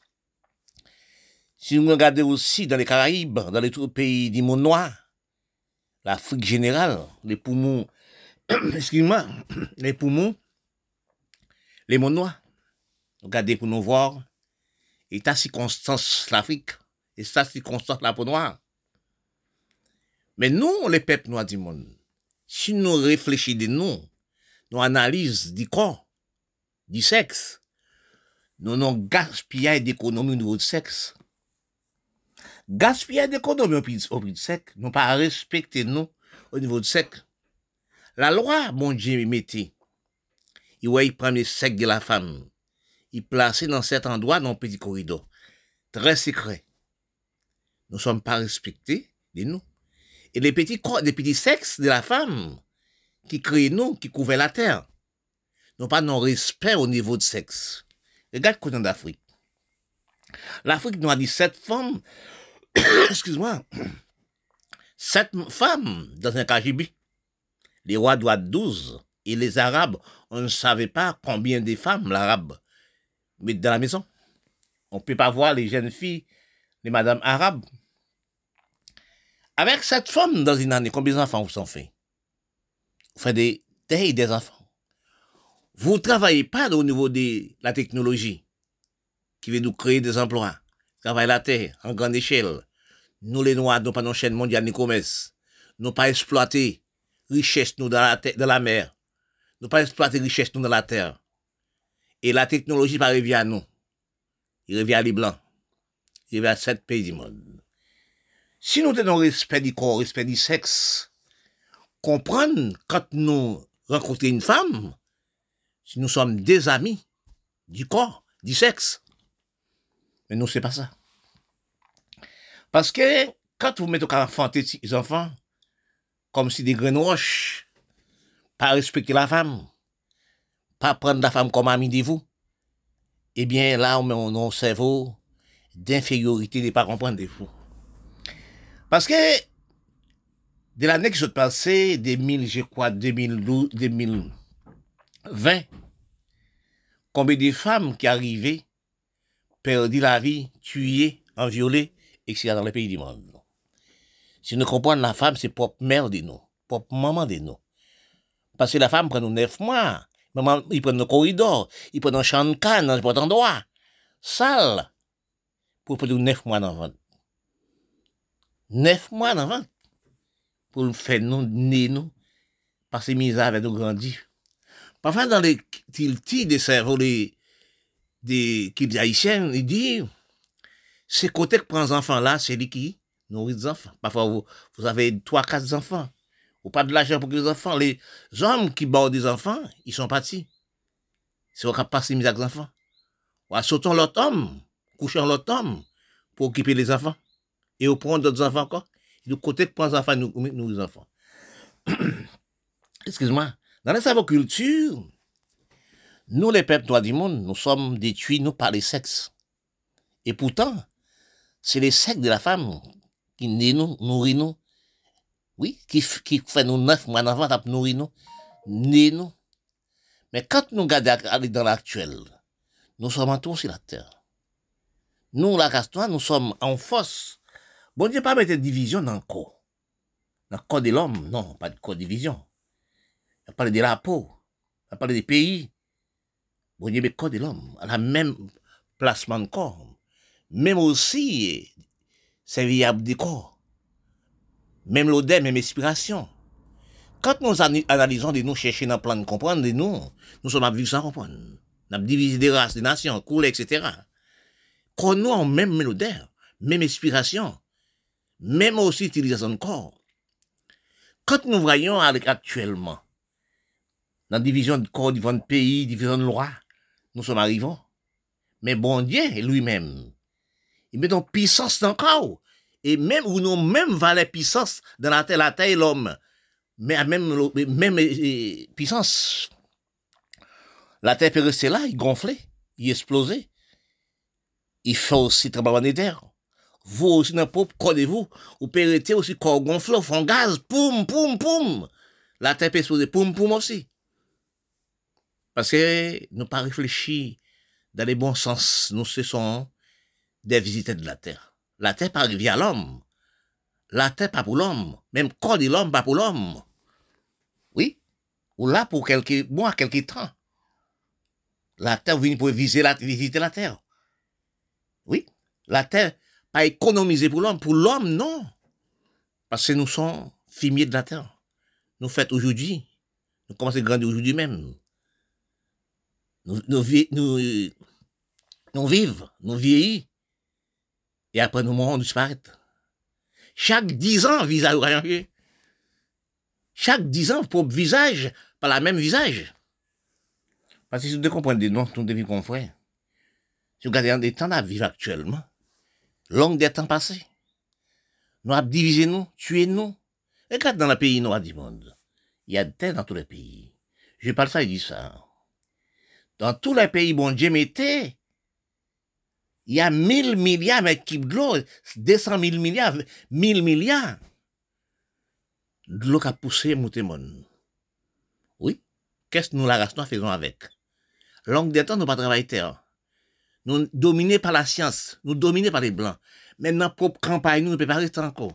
Si nous regardons aussi dans les Caraïbes, dans les pays du monde noir, l'Afrique générale, les poumons, excuse-moi, les poumons, les mondes noirs. Regardez pour nous voir, et ta circonstance l'Afrique, et sa circonstance la peau noire. Mais nous, les peuples noirs du monde, si nous réfléchissons de nous, nous analysons du corps, du sexe, nous n'avons gaspillage d'économie au niveau du sexe. Gaspillage d'économie au niveau du sexe, nous pas respecter nous au niveau du sexe. La loi, mon Dieu, mettait, il ouais, il prend le sexe de la femme, il place dans cet endroit, dans un petit corridor, très secret. Nous ne sommes pas respectés de nous. Et les petits corps, les petits sexes de la femme qui créent nous, qui couvrent la terre, n'ont pas non respect au niveau du sexe. Regarde le continent d'Afrique. L'Afrique nous a dit sept femmes, excuse-moi, sept femmes dans un K G B. Les rois doivent douze. Et les Arabes, on ne savait pas combien de femmes l'Arabe met dans la maison. On ne peut pas voir les jeunes filles, les madames arabes. Avec cette femme dans une année, combien d'enfants vous en faites? Vous faites des tailles des enfants. Vous ne travaillez pas au niveau de la technologie qui va nous créer des emplois. Vous travaillez la terre en grande échelle. Nous, les Noirs, nous pas nos chaînes mondiales ni commerce. Nous pas exploiter richesse nous dans la, dans la mer. Nous pas exploiter richesse nous dans la terre. Et la technologie pas revient à nous. Il revient à les Blancs. Il revient à sept pays du monde. Si nous tenons respect du corps, respect du sexe, comprendre quand nous rencontrons une femme, si nous sommes des amis du corps, du sexe. Mais nous, c'est pas ça. Parce que quand vous mettez au enfanter les enfants, comme si des graines roches, pas respecter la femme, pas prendre la femme comme amie de vous, eh bien là, on met un cerveau d'infériorité, de ne pas comprendre de vous. Parce que, de l'année qui s'est passée, deux mille, je crois, deux mille douze, deux mille vingt, combien de femmes qui arrivaient, perdu la vie, tuées, enviolées, et cetera dans les pays du monde. Si nous comprenons la femme, c'est propre mère de nous, propre maman de nous. Parce que la femme prend nous neuf mois, maman, il prend nos corridors, il prend nos champs de canne, dans n'importe endroit, sale, pour prendre neuf mois dans le ventre. Neuf mois dans le ventre, pour faire nous, né nous, parce que misère avec nous grandir. Parfois, dans les tiltis des cerveaux des, des, qui des haïtiens, ils disent, c'est côté que prend les enfants là, c'est lui qui nourrit les enfants. Parfois, vous, vous avez trois, quatre enfants. Ou pas de l'argent pour les enfants. Les hommes qui bordent des enfants, ils sont partis. C'est au cas de passer mis avec les enfants. Ou à sauter l'autre homme, coucher l'autre homme, pour occuper les enfants. Et au prendre d'autres enfants encore. Du côté que prend les enfants, nous, nous les enfants. Excuse-moi. Dans la savoir-culture, nous, les peuples droits du monde, nous sommes détruits, nous, par les sexes. Et pourtant, c'est les sexes de la femme qui naît nous, nourrit nous. Oui, qui, qui fait nous neuf mois d'enfant, qui nourrit nous, naît nous. Mais quand nous regardons dans l'actuel, nous sommes en tout sur la terre. Nous, la race noire, nous sommes en force. Bon Dieu, pas mettre de division dans le corps. Dans le corps de l'homme, non, pas de corps de division. On parle de la peau, on parle des pays. Bon Dieu, mais le corps de l'homme, a la même placement de corps. Même aussi, c'est viable du corps. Même l'odeur, même inspiration. Quand nous analysons de nous, chercher dans le plan de comprendre de nous, nous sommes à vivre sans comprendre. Nous avons divisé des races, des nations, coulées, et cetera. Quand nous avons même l'odeur, même inspiration, même aussi utilisation de corps. Quand nous voyons actuellement, dans la division de corps, division de pays, division de loi, nous sommes arrivés. Mais bon Dieu, lui-même, il met en puissance dans le corps. Et même, ou nous même valait puissance dans la terre, la terre et l'homme. Mais même, même euh, puissance. La terre peut rester là, il gonflait, il explosait. Il fait aussi travailler des terres. Vous aussi, dans le peuple, codez-vous. Vous pouvez rester aussi corps gonflé, au fond gaz, poum, poum, poum. La terre peut exploser, poum, poum aussi. Parce que nous pas réfléchi dans les bons sens. Nous, ce sont des visiteurs de la terre. La terre pas arrivée à l'homme. La terre pas pour l'homme. Même corps de l'homme pas pour l'homme. Oui. Ou là pour quelques mois, quelques temps. La terre vient pour visiter la, visiter la terre. Oui. La terre pas économisée pour l'homme. Pour l'homme, non. Parce que nous sommes fumiers de la terre. Nous faisons aujourd'hui. Nous commençons à grandir aujourd'hui même. Nous, nous, nous, nous vivons, nous vieillissons. Et après, nous mourons, nous disparaissons. Chaque dix ans, visage va changer. Chaque dix ans, pour visage, pas la même visage. Parce que si vous comprenez, nous, nous devons confrères. Si vous regardez des temps à vivre actuellement, long des temps passés, nous avons divisé nous, tué nous. Regarde dans le pays noir du monde. Il y a des terres dans tous les pays. Je parle ça, il dit ça. Dans tous les pays, bon Dieu mettait, il y a mille milliards de cubes de l'eau, deux cent mille milliards, mille milliards de l'eau qui a poussé Moutémon. Oui. Qu'est-ce que nous, la race noire, faisons avec? Longue des temps, nous ne pas travailler terre. Nous dominés par la science, nous dominés par les blancs. Maintenant, propre campagne, nous ne pouvons pas rester encore.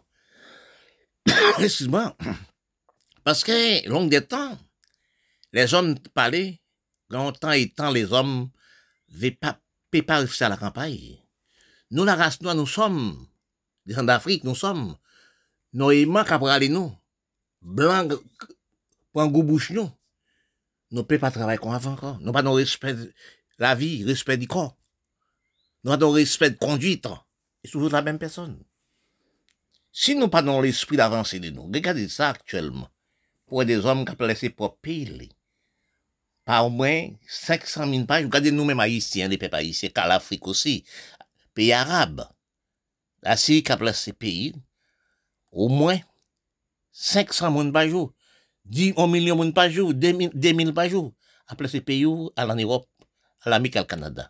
Excuse-moi. Parce que, longue des temps, les hommes parlaient, longtemps et temps, les hommes ne pas, pas réussir à la campagne. Nous, la race noire, nous sommes, des gens d'Afrique, nous sommes, nos aimants caprales, nous, blancs, pour un goût bouche, nous. Nous ne pouvons pas travailler comme avant encore. Nous n'avons pas de respect de la vie, respect du corps. Nous n'avons pas de respect de conduite. C'est toujours la même personne. Si nous n'avons pas dans l'esprit d'avancer de nous, regardez ça actuellement. Pour des hommes qui ont laissé propre pays, par au moins cinq cent mille pages, regardez nous-mêmes haïtiens, les peuples haïtiens, car l'Afrique aussi, pays arabes, la Syrie qui a placé pays, au moins cinq cents mille par jour, dix millions de monde par jour, deux mille par jour, a placé pays à l'Europe, à l'Amérique, au Canada.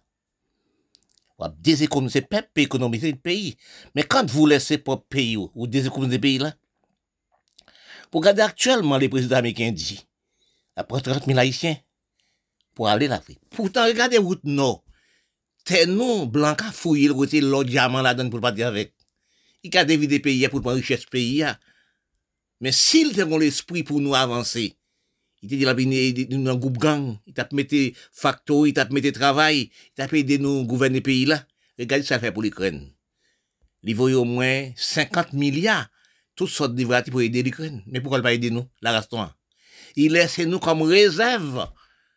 On va déséconomiser le peuple, économiser le pays. Mais quand vous laissez propre pays ou déséconomiser le pays là, pour regarder actuellement les présidents américains disent, après trente mille haïtiens, pour aller l'Afrique. Pourtant, regardez route nord. C'est nous, blancs, qui fouillent le côté l'autre diamant là-dedans pour partir avec. Il a dévidé pays pour prendre richesse pays. Mais s'il a l'esprit pour nous avancer, il t'a dit la bine dans un groupe gang, il t'a mis facto, il t'a mis travail, il t'a aidé nous gouverner pays là. Regardez ça fait pour l'Ukraine. Il vaut au moins cinquante milliards, toutes sortes de pour aider l'Ukraine. Mais pourquoi il pas aider nous, la race noire? Il laisse nous comme réserve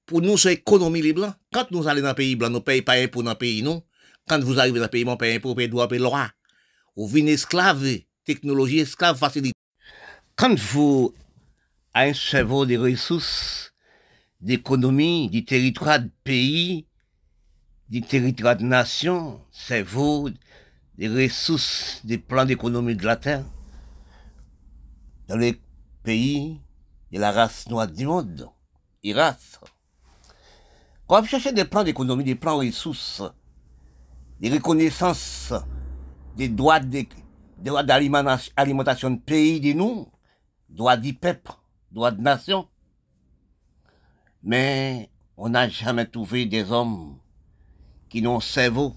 Pour nous, c'est économie les blancs. Quand nous allons dans le pays blanc, nous ne payons pas impôt dans le pays, non. Quand vous arrivez dans le pays, on paye impôt, on paye droit, on paye loi. Vous venez esclave, technologie esclave, facilité. Quand vous avez un cerveau des ressources, d'économie, du territoire de pays, du territoire de nation, cerveau, des ressources, des plans d'économie de la terre, dans les pays de la race noire du monde, les races. Quand on va chercher des plans d'économie, des plans ressources, des reconnaissances, des droits de, droits d'alimentation de pays, de nous, droits du peuple, droits de nation. Mais on n'a jamais trouvé des hommes qui n'ont cerveau.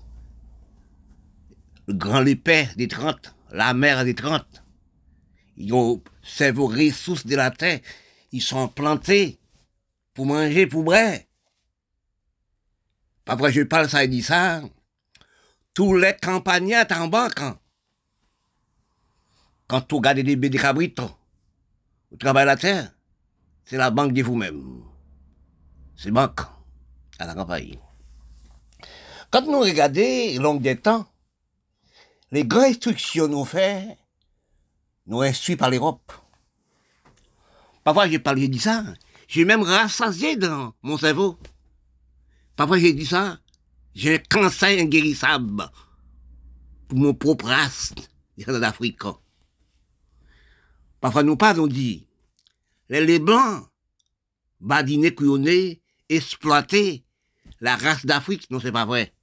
Le grand les pères des trente, la mère des trente. Ils ont cerveau ressources de la terre. Ils sont plantés pour manger, pour boire. Après, je parle ça et dis ça. Tous les campagnards en banque. Quand tu regardes des bébés des cabritos, vous travaillez la terre, c'est la banque de vous-même. C'est banque à la campagne. Quand nous regardons long des temps, les grandes instructions nous fait, nous instruits par l'Europe. Parfois j'ai parlé de ça, j'ai même rassasié dans mon cerveau. Parfois j'ai dit ça, j'ai un cancer inguérissable pour mon propre race d'Afrique. Parfois nous pas on dit, les, les blancs, badinés, couillonnés, exploiter la race d'Afrique, non c'est pas vrai.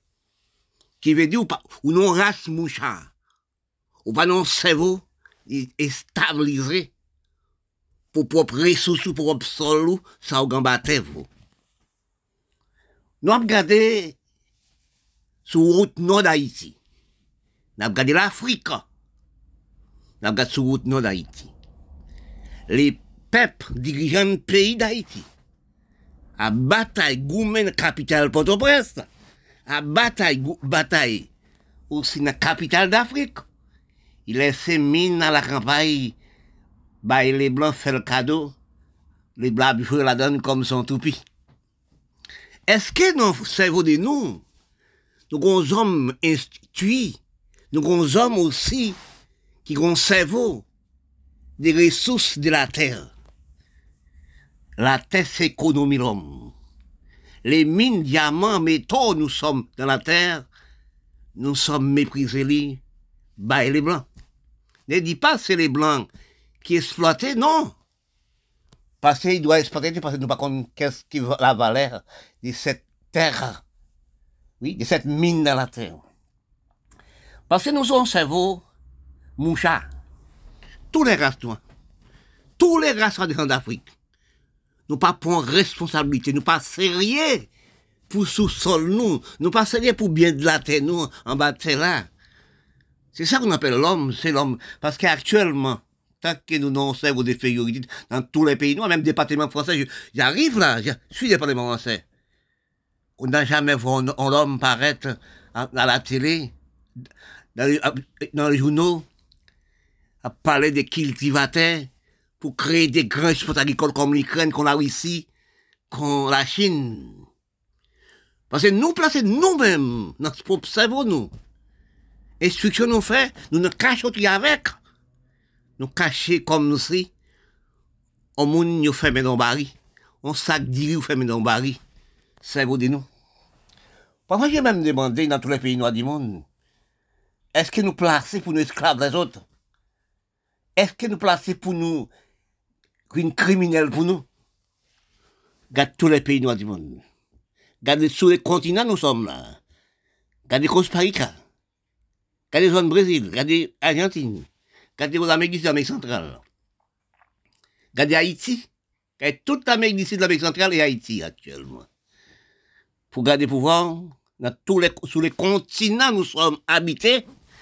Qui veut dire ou pas, ou non race mouchard, ou pas non cerveau, et stabilisé, pour propre ressources, pour propre sol, ça ou gambaté vous. Nous avons regardé sur route nord d'Haïti. Nous avons regardé l'Afrique. Nous avons regardé sur route nord d'Haïti. Les peuples dirigeants du pays d'Haïti. À bataille, Goumen, capitale Port-au-Prince. À bataille, bataille, aussi dans la capitale d'Afrique. Il laisse mine à la campagne. Bah, les blancs font le cadeau. Les blancs jouent la donne comme son toupie. Est-ce que dans le cerveau de nous, nous avons des hommes instruits, nous avons des hommes aussi qui ont un cerveau des ressources de la terre. La terre, c'est économie l'homme. Les mines, diamants, métaux, nous sommes dans la terre, nous sommes méprisés les, bah, les blancs. Ne dis pas que c'est les blancs qui exploitaient, non. Parce qu'ils doivent exploiter, parce que nous ne savons pas qu'est-ce qui va la valeur de cette terre. Oui, de cette mine dans la terre. Parce que nous avons un cerveau mouchard. Tous les races noirs, tous les races d'Afrique, nous pas prendre responsabilité, nous pas sérieux pour sous-sol nous, nous pas sérieux pour bien de la terre nous, en bas de terre là. C'est ça qu'on appelle l'homme, c'est l'homme. Parce qu'actuellement, tant que nous n'avons cerveau de fériorité dans tous les pays noirs, même département français, j'arrive là, je suis département français. On n'a jamais vu un, un homme paraître à, à la télé, dans les, dans les journaux, à parler des cultivateurs pour créer des grands exportateurs agricoles comme l'Ukraine, qu'on a ici, comme la Chine. Parce que nous plaçons nous-mêmes, notre propre cerveau, nous. Instruction nous fait, nous nous cachons tout avec. Nous cachons comme nous si, on moun nous fait dans le baril, on sac d'iri ou fait dans le baril. Cerveau de nous. Parfois, j'ai même demandé dans tous les pays noirs du monde, est-ce que nous plaçons pour nous esclaves les autres? Est-ce que nous plaçons pour nous une criminelle pour nous? Regardez tous les pays noirs du monde. Regardez sur les continents nous sommes là. Regardez Costa Rica. Regardez zone Brésil. Regardez Argentine. Regardez l'Amérique du Sud, l'Amérique centrale. Regardez Haïti. Regardez toute l'Amérique du Sud, l'Amérique centrale et Haïti actuellement. Pour garder pouvoir, dans tous les, sur les continents nous sommes habités,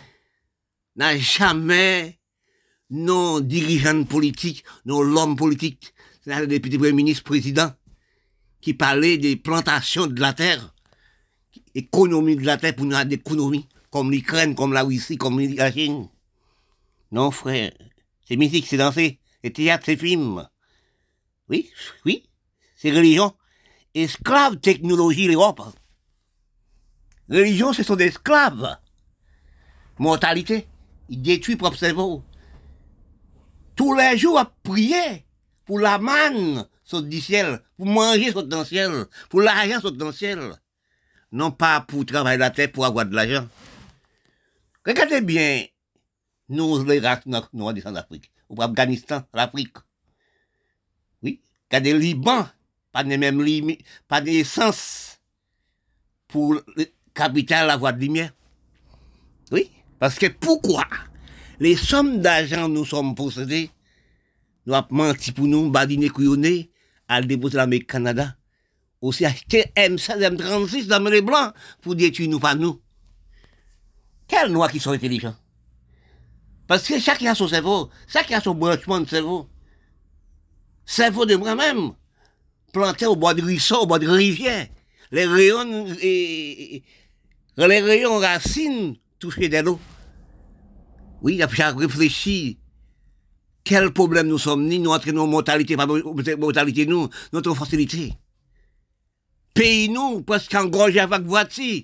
n'a jamais nos dirigeants politiques, nos l'homme politique, c'est-à-dire des petits premiers ministres, présidents, qui parlaient des plantations de la terre, économie de la terre pour nous avoir des économies, comme l'Ukraine, comme la Russie, comme la Chine. Non, frère, c'est musique, c'est danser, c'est théâtre, c'est film. Oui, oui, c'est religion. esclaves technologie l'Europe. Religion, ce sont des esclaves. Mortalité, ils détruisent propre cerveau. Tous les jours, à prier pour la manne saute du ciel, pour manger saute dans le ciel, pour l'argent saute dans le ciel. Non pas pour travailler la terre pour avoir de l'argent. Regardez bien, nous, les races noirs descendent d'Afrique, au Afghanistan, l'Afrique. Oui, regardez le Liban, pas de même limite, pas d'essence pour le capital, la voie de lumière. Oui, parce que pourquoi les sommes d'argent nous sommes possédés, nous avons menti pour nous, badiner couillonner, à le déposer l'Amérique Canada, aussi acheter M seize, M trente-six dans les blancs pour détruire nous, pas nous. Quels noirs qui sont intelligents? Parce que chacun a son cerveau, chacun a son branchement de cerveau. Cerveau de moi-même, planté au bord de ruisseau, au bord de rivière, les rayons, et, et, les rayons racines touchés de l'eau. Oui, après réfléchi, quel problème nous sommes ni, nous entraînons nos mortalité, pas mortalité nous, notre facilité. Pays nous, presque engorgé avec voiture.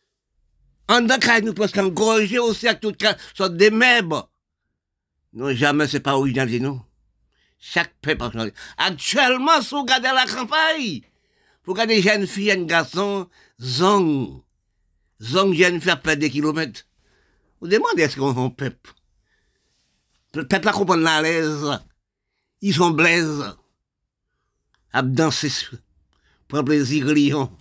En d'accord, nous presque engorgé aussi avec toutes sortes de meubles. Non, jamais c'est pas original de nous. Chaque peuple a changé. Actuellement, si vous regardez la campagne, vous regardez les jeunes filles, jeunes garçons, zong. Zong, jeunes filles à perdre des kilomètres. Vous demandez est-ce qu'on est un peuple? Le peuple a compris la l'aise. Ils sont blaises. À danser, prendre plaisir, religion.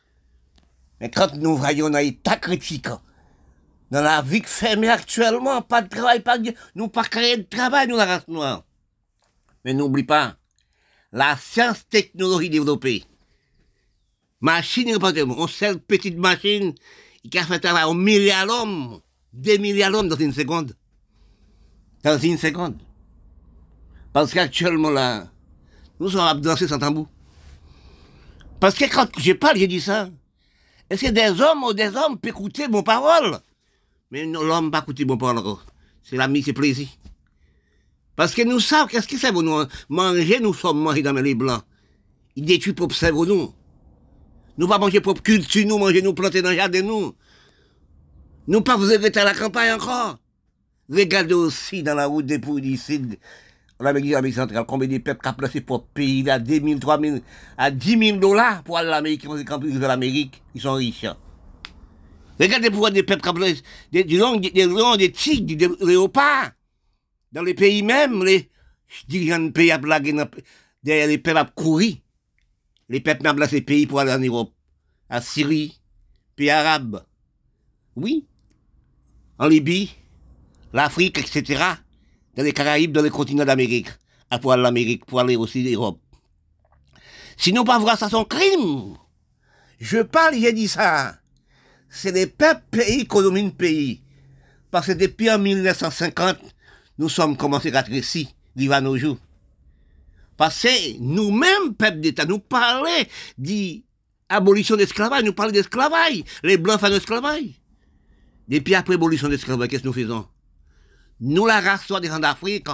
Mais quand nous voyons dans l'état critique, dans la vie fermée actuellement, pas de travail, pas de... nous pas créer de travail, nous, la race noire. Mais n'oublie pas, la science technologie développée, machine, on seule petite machine qui a fait travailler un milliard d'hommes, deux milliards d'hommes dans une seconde. Dans une seconde. Parce qu'actuellement là, nous sommes à danser sans tambour. Parce que quand je parle, j'ai dit ça. Est-ce que des hommes ou des hommes peuvent écouter mon parole? Mais l'homme ne peut pas écouter mon parole encore. C'est l'ami, c'est plaisir. Parce que nous savons qu'est-ce que c'est pour nous. Manger, nous sommes mangés dans les blancs. Ils détruisent pour cerveau nous. Nous pas manger pour culture, nous manger, nous planter dans le jardin, nous. Nous pas vous arrêter à la campagne encore. Regardez aussi dans la route des pays d'ici, l'Amérique centrale, combien de peuples qui ont placé pour pays à deux mille, trois mille, à dix mille dollars pour aller à l'Amérique, quand ils vont à l'Amérique, ils sont riches. Regardez pour des peuples qui ont placé des lions, des, des, des tigres, des léopards. Dans les pays même, les dirigeants de pays à blaguer derrière les peuples à courir. Les peuples ont placé pays pour aller en Europe, à Syrie, pays arabes. Oui, en Libye, l'Afrique, et cetera, dans les Caraïbes, dans les continents d'Amérique, à pour aller l'Amérique, pour aller aussi l'Europe. Sinon, pas voir ça, c'est un crime. Je parle, j'ai dit ça. C'est les peuples pays qui dominent le pays. Parce que depuis en mille neuf cent cinquante, nous sommes commencés à réciter, vivre à nos jours. Parce que nous-mêmes, peuple d'État, nous parlons d'abolition de l'esclavage, nous parlons d'esclavage. Les Blancs font l'esclavage. Depuis après l'abolition de l'esclavage, qu'est-ce que nous faisons? Nous, la race soit des gens d'Afrique,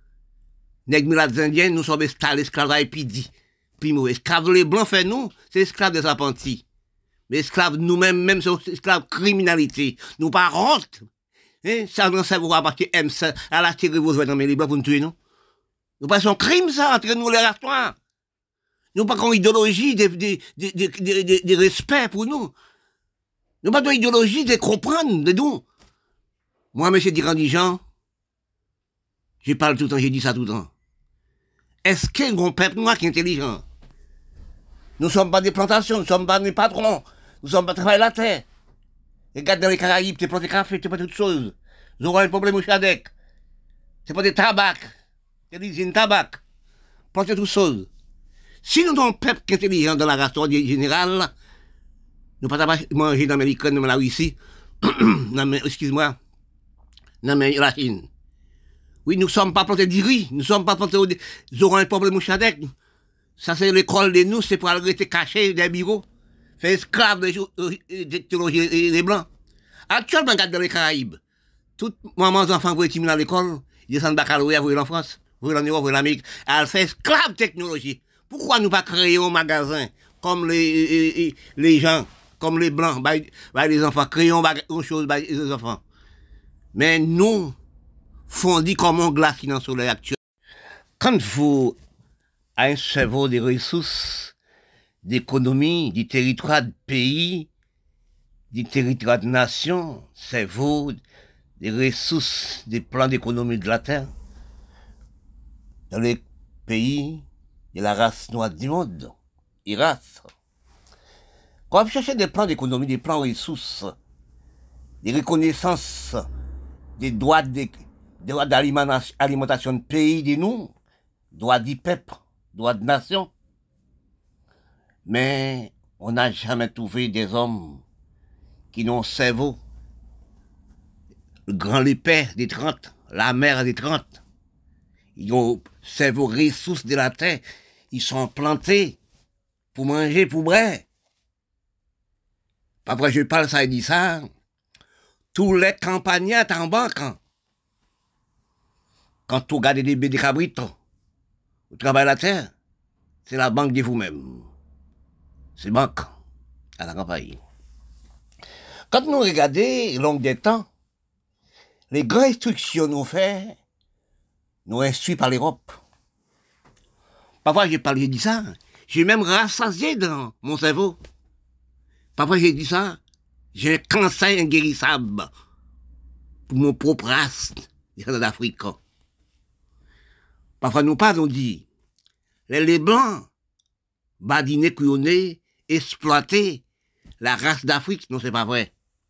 les Indiens, nous sommes installés l'esclavage, puis dit, puis nous, esclaves, les Blancs fait nous, c'est esclaves des apprentis. Mais esclaves nous-mêmes, même, c'est esclaves criminalité. Nous pas honte. Hein? Ça, nous savons à partir M ça, à la tirer vos dans les Blancs pour nous tuer, nous. Nous pas son crime, ça, entre nous, les races noires. Nous pas qu'on idéologie de, de, de, de, de, de, de respect pour nous. Nous pas une idéologie de comprendre de nous. Moi, monsieur Dirandijan, je parle tout le temps, j'ai dit ça tout le temps. Est-ce qu'il y a un peuple noir qui est intelligent? Nous ne sommes pas des plantations, nous ne sommes pas des patrons, nous ne sommes pas travailler la terre. Regarde dans les Caraïbes, tu prends des cafés, tu prends toutes choses. Nous aurons un problème au Chadec. Tu prends des tabacs, tu dis une tabac. Prends toutes choses. Si nous avons un peuple qui est intelligent dans la race générale, nous ne pouvons pas manger dans l'Amérique, dans la Russie, excuse-moi, dans la Chine. Oui, nous ne sommes pas plantés du riz, nous ne sommes pas plantés, nous aurons un problème au Chadec. Ça, c'est l'école de nous, c'est pour aller rester caché des bureaux, faire esclave des technologies des Blancs. Actuellement, regarde dans les Caraïbes, toutes mamans enfants vont être à l'école, ils descendent baccalauréat, vous en France, vous en Europe, vous en Amérique, elles font esclave technologie. Pourquoi nous pas créer un magasin comme les, les, les gens, comme les blancs, bah, bah, les enfants, crayon, bah, autre chose, bah, les enfants. Mais nous, fondis comme on glace dans le soleil actuel. Quand vous avez un cerveau des ressources, d'économie, du territoire de pays, du territoire de nation, cerveau, des ressources, des plans d'économie de la terre, dans les pays de la race noire du monde, les races. Quand vous cherchez des plans d'économie, des plans ressources, des reconnaissances, des droits de, des droits d'alimentation de pays, de nous, droits du peuple, droits de nation. Mais on n'a jamais trouvé des hommes qui n'ont cerveau. Le grand le père des trente, la mère des trente. Ils ont cerveau ressources de la terre. Ils sont plantés pour manger, pour boire. Après, je parle ça et dis ça. Tous les campagnards en banque. Quand tu regardes des bébés de cabritos, vous travaillez la terre, c'est la banque de vous-même. C'est banque à la campagne. Quand nous regardons long des temps, les grandes instructions nous fait, nous instruits par l'Europe. Parfois j'ai parlé, j'ai dit ça, j'ai même rassasié dans mon cerveau. Parfois j'ai dit ça, j'ai un cancer inguérissable pour mon propre race d'Afrique. Parfois nous pas on dit, les, les blancs, badinés, couillonnés, exploiter la race d'Afrique, non c'est pas vrai.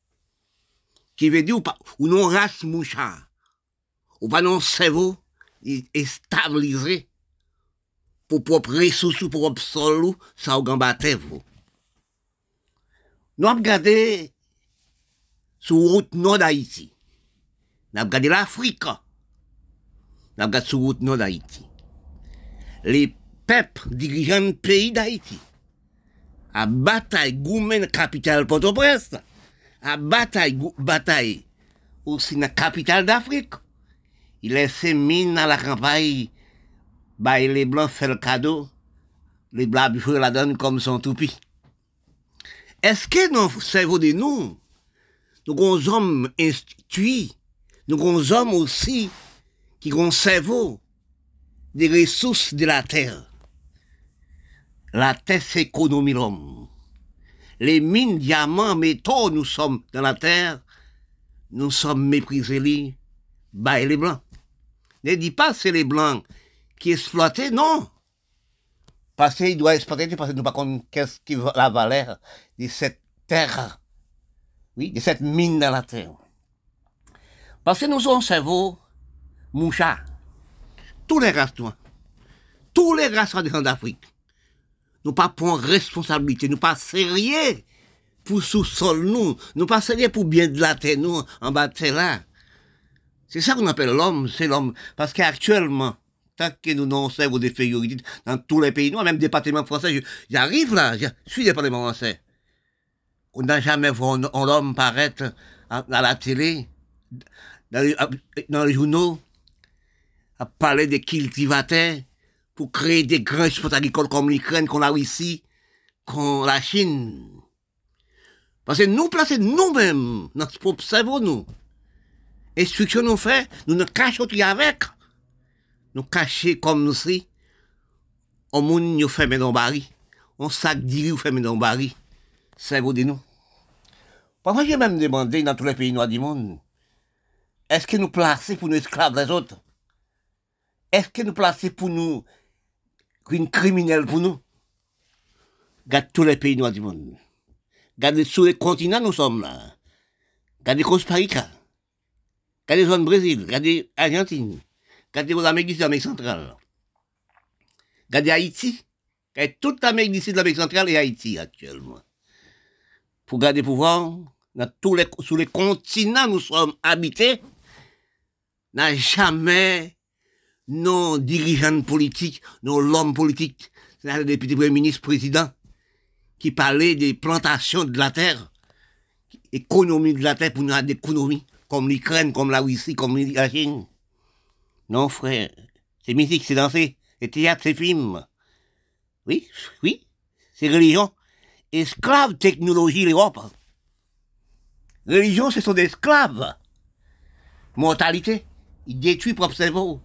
Qui veut dire ou pas, ou non race mouchard, ou pas non cerveau, est stabilisé pour propre ressources, pour propre sol, ça ou gambaté vous. Nous avons regardé sur route nord d'Haïti. Nous avons regardé l'Afrique. Nous avons regardé sur route nord d'Haïti. Les peuples dirigeants du pays d'Haïti. À bataille, Goumen, capitale Port-au-Prince. À bataille, bataille, aussi dans la capitale d'Afrique. Il laisse mine dans la campagne. Bah, les Blancs font le cadeau. Les Blancs bouffent la donne comme son toupie. Est-ce que dans le cerveau de nous, nous avons des hommes instruits, nous avons des hommes aussi qui ont un cerveau des ressources de la terre. La terre, c'est l'économie de l'homme. Les mines, diamants, métaux, nous sommes dans la terre, nous sommes méprisés les, bah, les blancs. Ne dis pas que c'est les blancs qui exploitaient, non. Parce qu'ils doivent exploiter, parce que nous ne savons pas qu'est-ce qui va la valeur de cette terre, oui, de cette mine dans la terre. Parce que nous sommes cerveau, mouchard, tous les races noirs, tous les races d'Afrique. Nous pas prendre responsabilité, nous pas sérieux pour sous-sol nous, nous pas sérieux pour bien de la terre nous, en bas de terre là. C'est ça qu'on appelle l'homme, c'est l'homme. Parce qu'actuellement, tant que nous n'avons cerveau de fériorité dans tous les pays noirs, même département français, j'arrive là, je suis département français. On n'a jamais vu un, un homme paraître à, à la télé, dans les, dans les journaux, à parler des cultivateurs, pour créer des grands exports agricoles comme l'Ukraine, qu'on a ici, comme la Chine. Parce que nous placer nous-mêmes, notre propre cerveau, nous. Instruction nous fait, nous nous cachons tout avec. Nous cacher comme nous si, on moun nous fait dans le baril, on sac d'iri ou fait dans le baril. Cerveau de nous. Parfois, j'ai même demandé dans tous les pays noirs du monde, est-ce que nous placer pour nous esclaves des autres? Est-ce que nous placer pour nous une criminelle pour nous? Regardez tous les pays noirs du monde. Regardez sur les continents nous sommes là. Regardez Costa Rica. Regardez la zone Brésil. Regardez Argentine. Regardez l'Amérique du Sud, l'Amérique centrale. Regardez Haïti. Regardez toute l'Amérique du Sud, l'Amérique centrale et Haïti actuellement. Pour garder le pouvoir, dans tous les, sur les continents nous sommes habités, n'a jamais nos dirigeants politiques, nos hommes politiques, c'est-à-dire des petits premiers ministres, présidents, qui parlaient des plantations de la terre, économie de la terre pour nous avoir des économies, comme l'Ukraine, comme la Russie, comme la Chine. Non, frère, c'est musique, c'est danser, c'est théâtre, c'est film. Oui, oui, c'est religion. Esclave, technologie, l'Europe. Religion, ce sont des esclaves. Mortalité. Il détruit propre cerveau.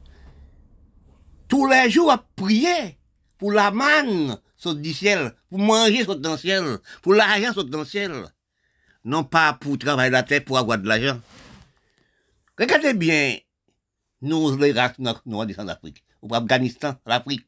Tous les jours, à prier pour la manne saute du ciel, pour manger saute dans le ciel, pour l'argent saute dans le ciel. Non pas pour travailler la terre pour avoir de l'argent. Regardez bien, nous, les races noirs descendent d'Afrique, ou Afghanistan, l'Afrique.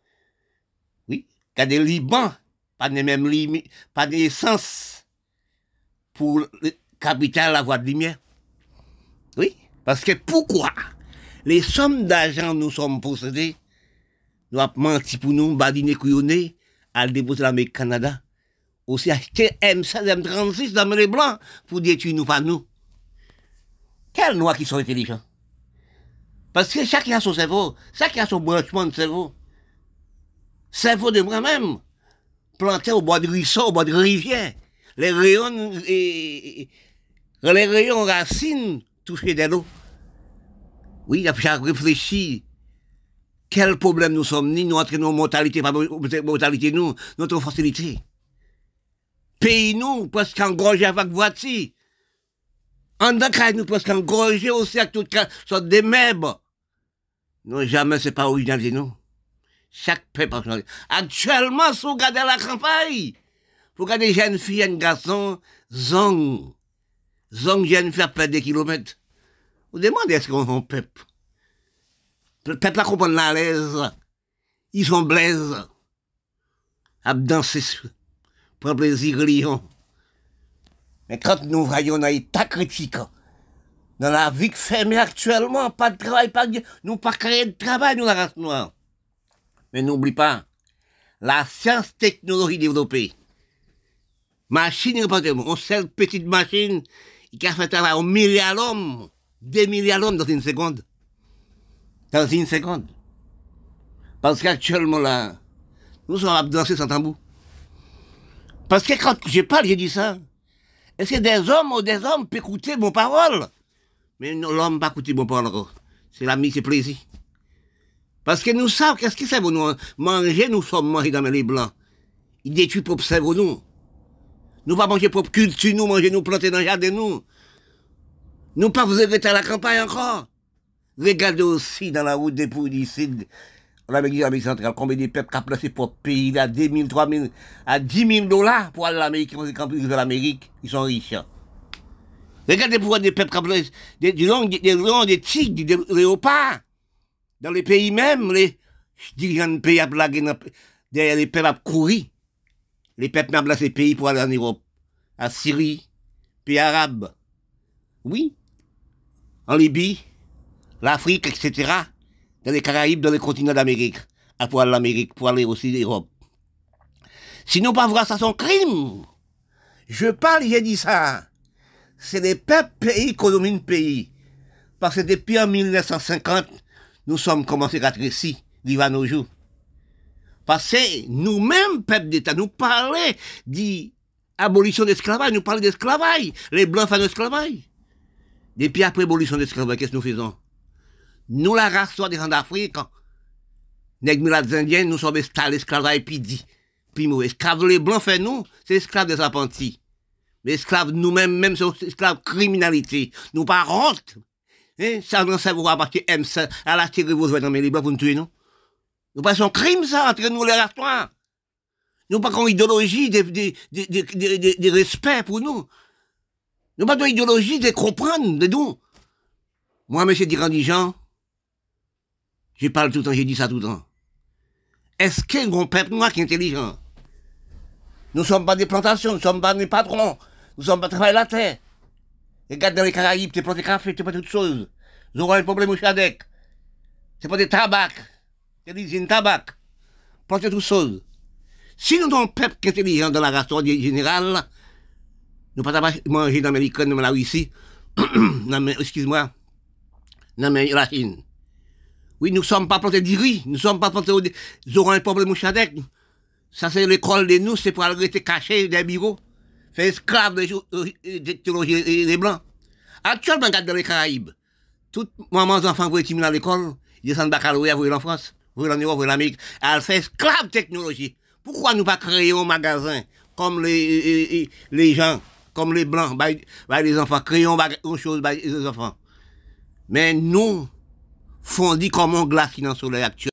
Oui, regardez le Liban, pas de même limite, pas d'essence pour le capital, la voie de lumière. Oui, parce que pourquoi les sommes d'argent nous sommes possédés, nous avons menti pour nous, badiner couillonner, à déposer l'Amérique Canada, aussi acheter M seize, M trente-six dans les blancs pour détruire nous, pas nous. Quels noirs qui sont intelligents? Parce que chacun a son cerveau, chacun a son branchement de cerveau. Cerveau de moi-même, planté au bord de ruisseau, au bord de rivière, les rayons, et, les rayons racines touchés de l'eau. Oui, il a fallu réfléchir. Quel problème nous sommes ni nous entraînons mortalité, pas mortalité nous, notre facilité. Pays nous, presque engorgé avec voiture. En tant que nous presque engorgé aussi avec toutes sortes de meubles. Non, jamais c'est pas original de nous. Chaque peuple a changé. Actuellement, si vous regardez la campagne, vous regardez les jeunes filles et les garçons, zong. Zong, jeunes filles à plein de kilomètres. Vous demandez est-ce qu'on est un peuple. Le peuple a compris la l'aise. Ils sont blaises. À danser, prendre plaisir, religion. Mais quand nous voyons un état critique, dans la vie que fait, mais actuellement, pas de travail, pas de... nous pas créer de travail, nous, la race noire. Mais n'oublie pas, la science technologie développée, machine, on seule petite machine, qui a fait travail un milliard d'hommes, deux milliards d'hommes dans une seconde. Dans une seconde. Parce qu'actuellement, là, nous sommes à danser sans tambour. Parce que quand je parle, j'ai dit ça. Est-ce que des hommes ou des hommes peuvent écouter mon parole? Mais l'homme pas écouter mon parole encore. C'est l'ami, c'est plaisir. Parce que nous savons, qu'est-ce que c'est pour nous manger, nous sommes mangés dans les blancs. Ils détruisent pour cerveau nous. Nous pas manger pour culture, nous manger, nous planter dans le jardin, nous. Nous pas vous arrêter à la campagne encore. Regardez aussi dans la route des pays d'ici, l'Amérique centrale, combien de peuples qui ont placé pour le pays, à deux mille, trois mille, à dix mille dollars pour aller à l'Amérique, quand ils vont à l'Amérique, ils sont riches. Regardez pour des peuples qui ont placé des lions, des lions, des tigres, des léopards. Dans les pays même, les dirigeants de pays à blaguer derrière les peuples à courir. Les peuples ont placé pays pour aller en Europe, à Syrie, pays arabes. Oui, en Libye, l'Afrique, et cetera, dans les Caraïbes, dans les continents d'Amérique, à pour aller l'Amérique, pour aller aussi l'Europe. Sinon, pas voir ça, son crime. Je parle, j'ai dit ça. C'est les peuples pays qui dominent le pays. Parce que depuis en mille neuf cent cinquante, nous sommes commencés à récits, vivre à nos jours. Parce que nous-mêmes, peuple d'État, nous parlons d'abolition d'esclavage, nous parlons d'esclavage. Les Blancs font l'esclavage. Depuis après l'abolition d'esclavage, qu'est-ce que nous faisons? Nous, la race soit des gens d'Afrique, les Indiens, nous sommes installés esclavage, puis dit, puis nous, esclaves, les Blancs fait nous, c'est esclaves des apprentis. Mais esclaves nous-mêmes, même, c'est esclaves criminalité. Nous pas honte. Hein? Ça, non, ça vous va parce que aime ça, à la tirer vos dans les Blancs pour nous tuer, non? Nous pas son crime, ça, entre nous, les races noires. Nous pas qu'on idéologie de, de, de, de, de, de, de respect pour nous. Nous pas d'idéologie de comprendre de nous. Moi, monsieur Dirandi-Jean, je parle tout le temps, j'ai dit ça tout le temps. Est-ce qu'il y a un peuple noir qui est intelligent? Nous ne sommes pas des plantations, nous ne sommes pas des patrons, nous ne sommes pas travailler la terre. Regarde dans les Caraïbes, tu plantes des cafés, tu plantes toutes choses. Nous aurons un problème au Chadec. C'est pas des tabac, c'est des usines tabac. Plantez toutes choses. Si nous avons un peuple qui est intelligent dans la race générale, nous ne pouvons pas manger dans l'Amérique, dans la Russie, excuse-moi, dans la Chine. Oui, nous ne sommes pas plantés du riz, nous ne sommes pas plantés, nous aurons un problème au Chadec. Ça, c'est l'école de nous, c'est pour aller rester caché des bureaux, faire esclave des technologies des Blancs. Actuellement, regarde dans les Caraïbes, toutes mamans enfants vont être à l'école, ils descendent baccalauréat, vous en France, vous en Europe, vous en Amérique, elles font esclave technologie Pourquoi nous pas créer un magasin comme les, les, les gens, comme les blancs, bah, bah, les enfants, créons une chose bah, les enfants. Mais nous, fondis comme on glace dans le soleil actuel.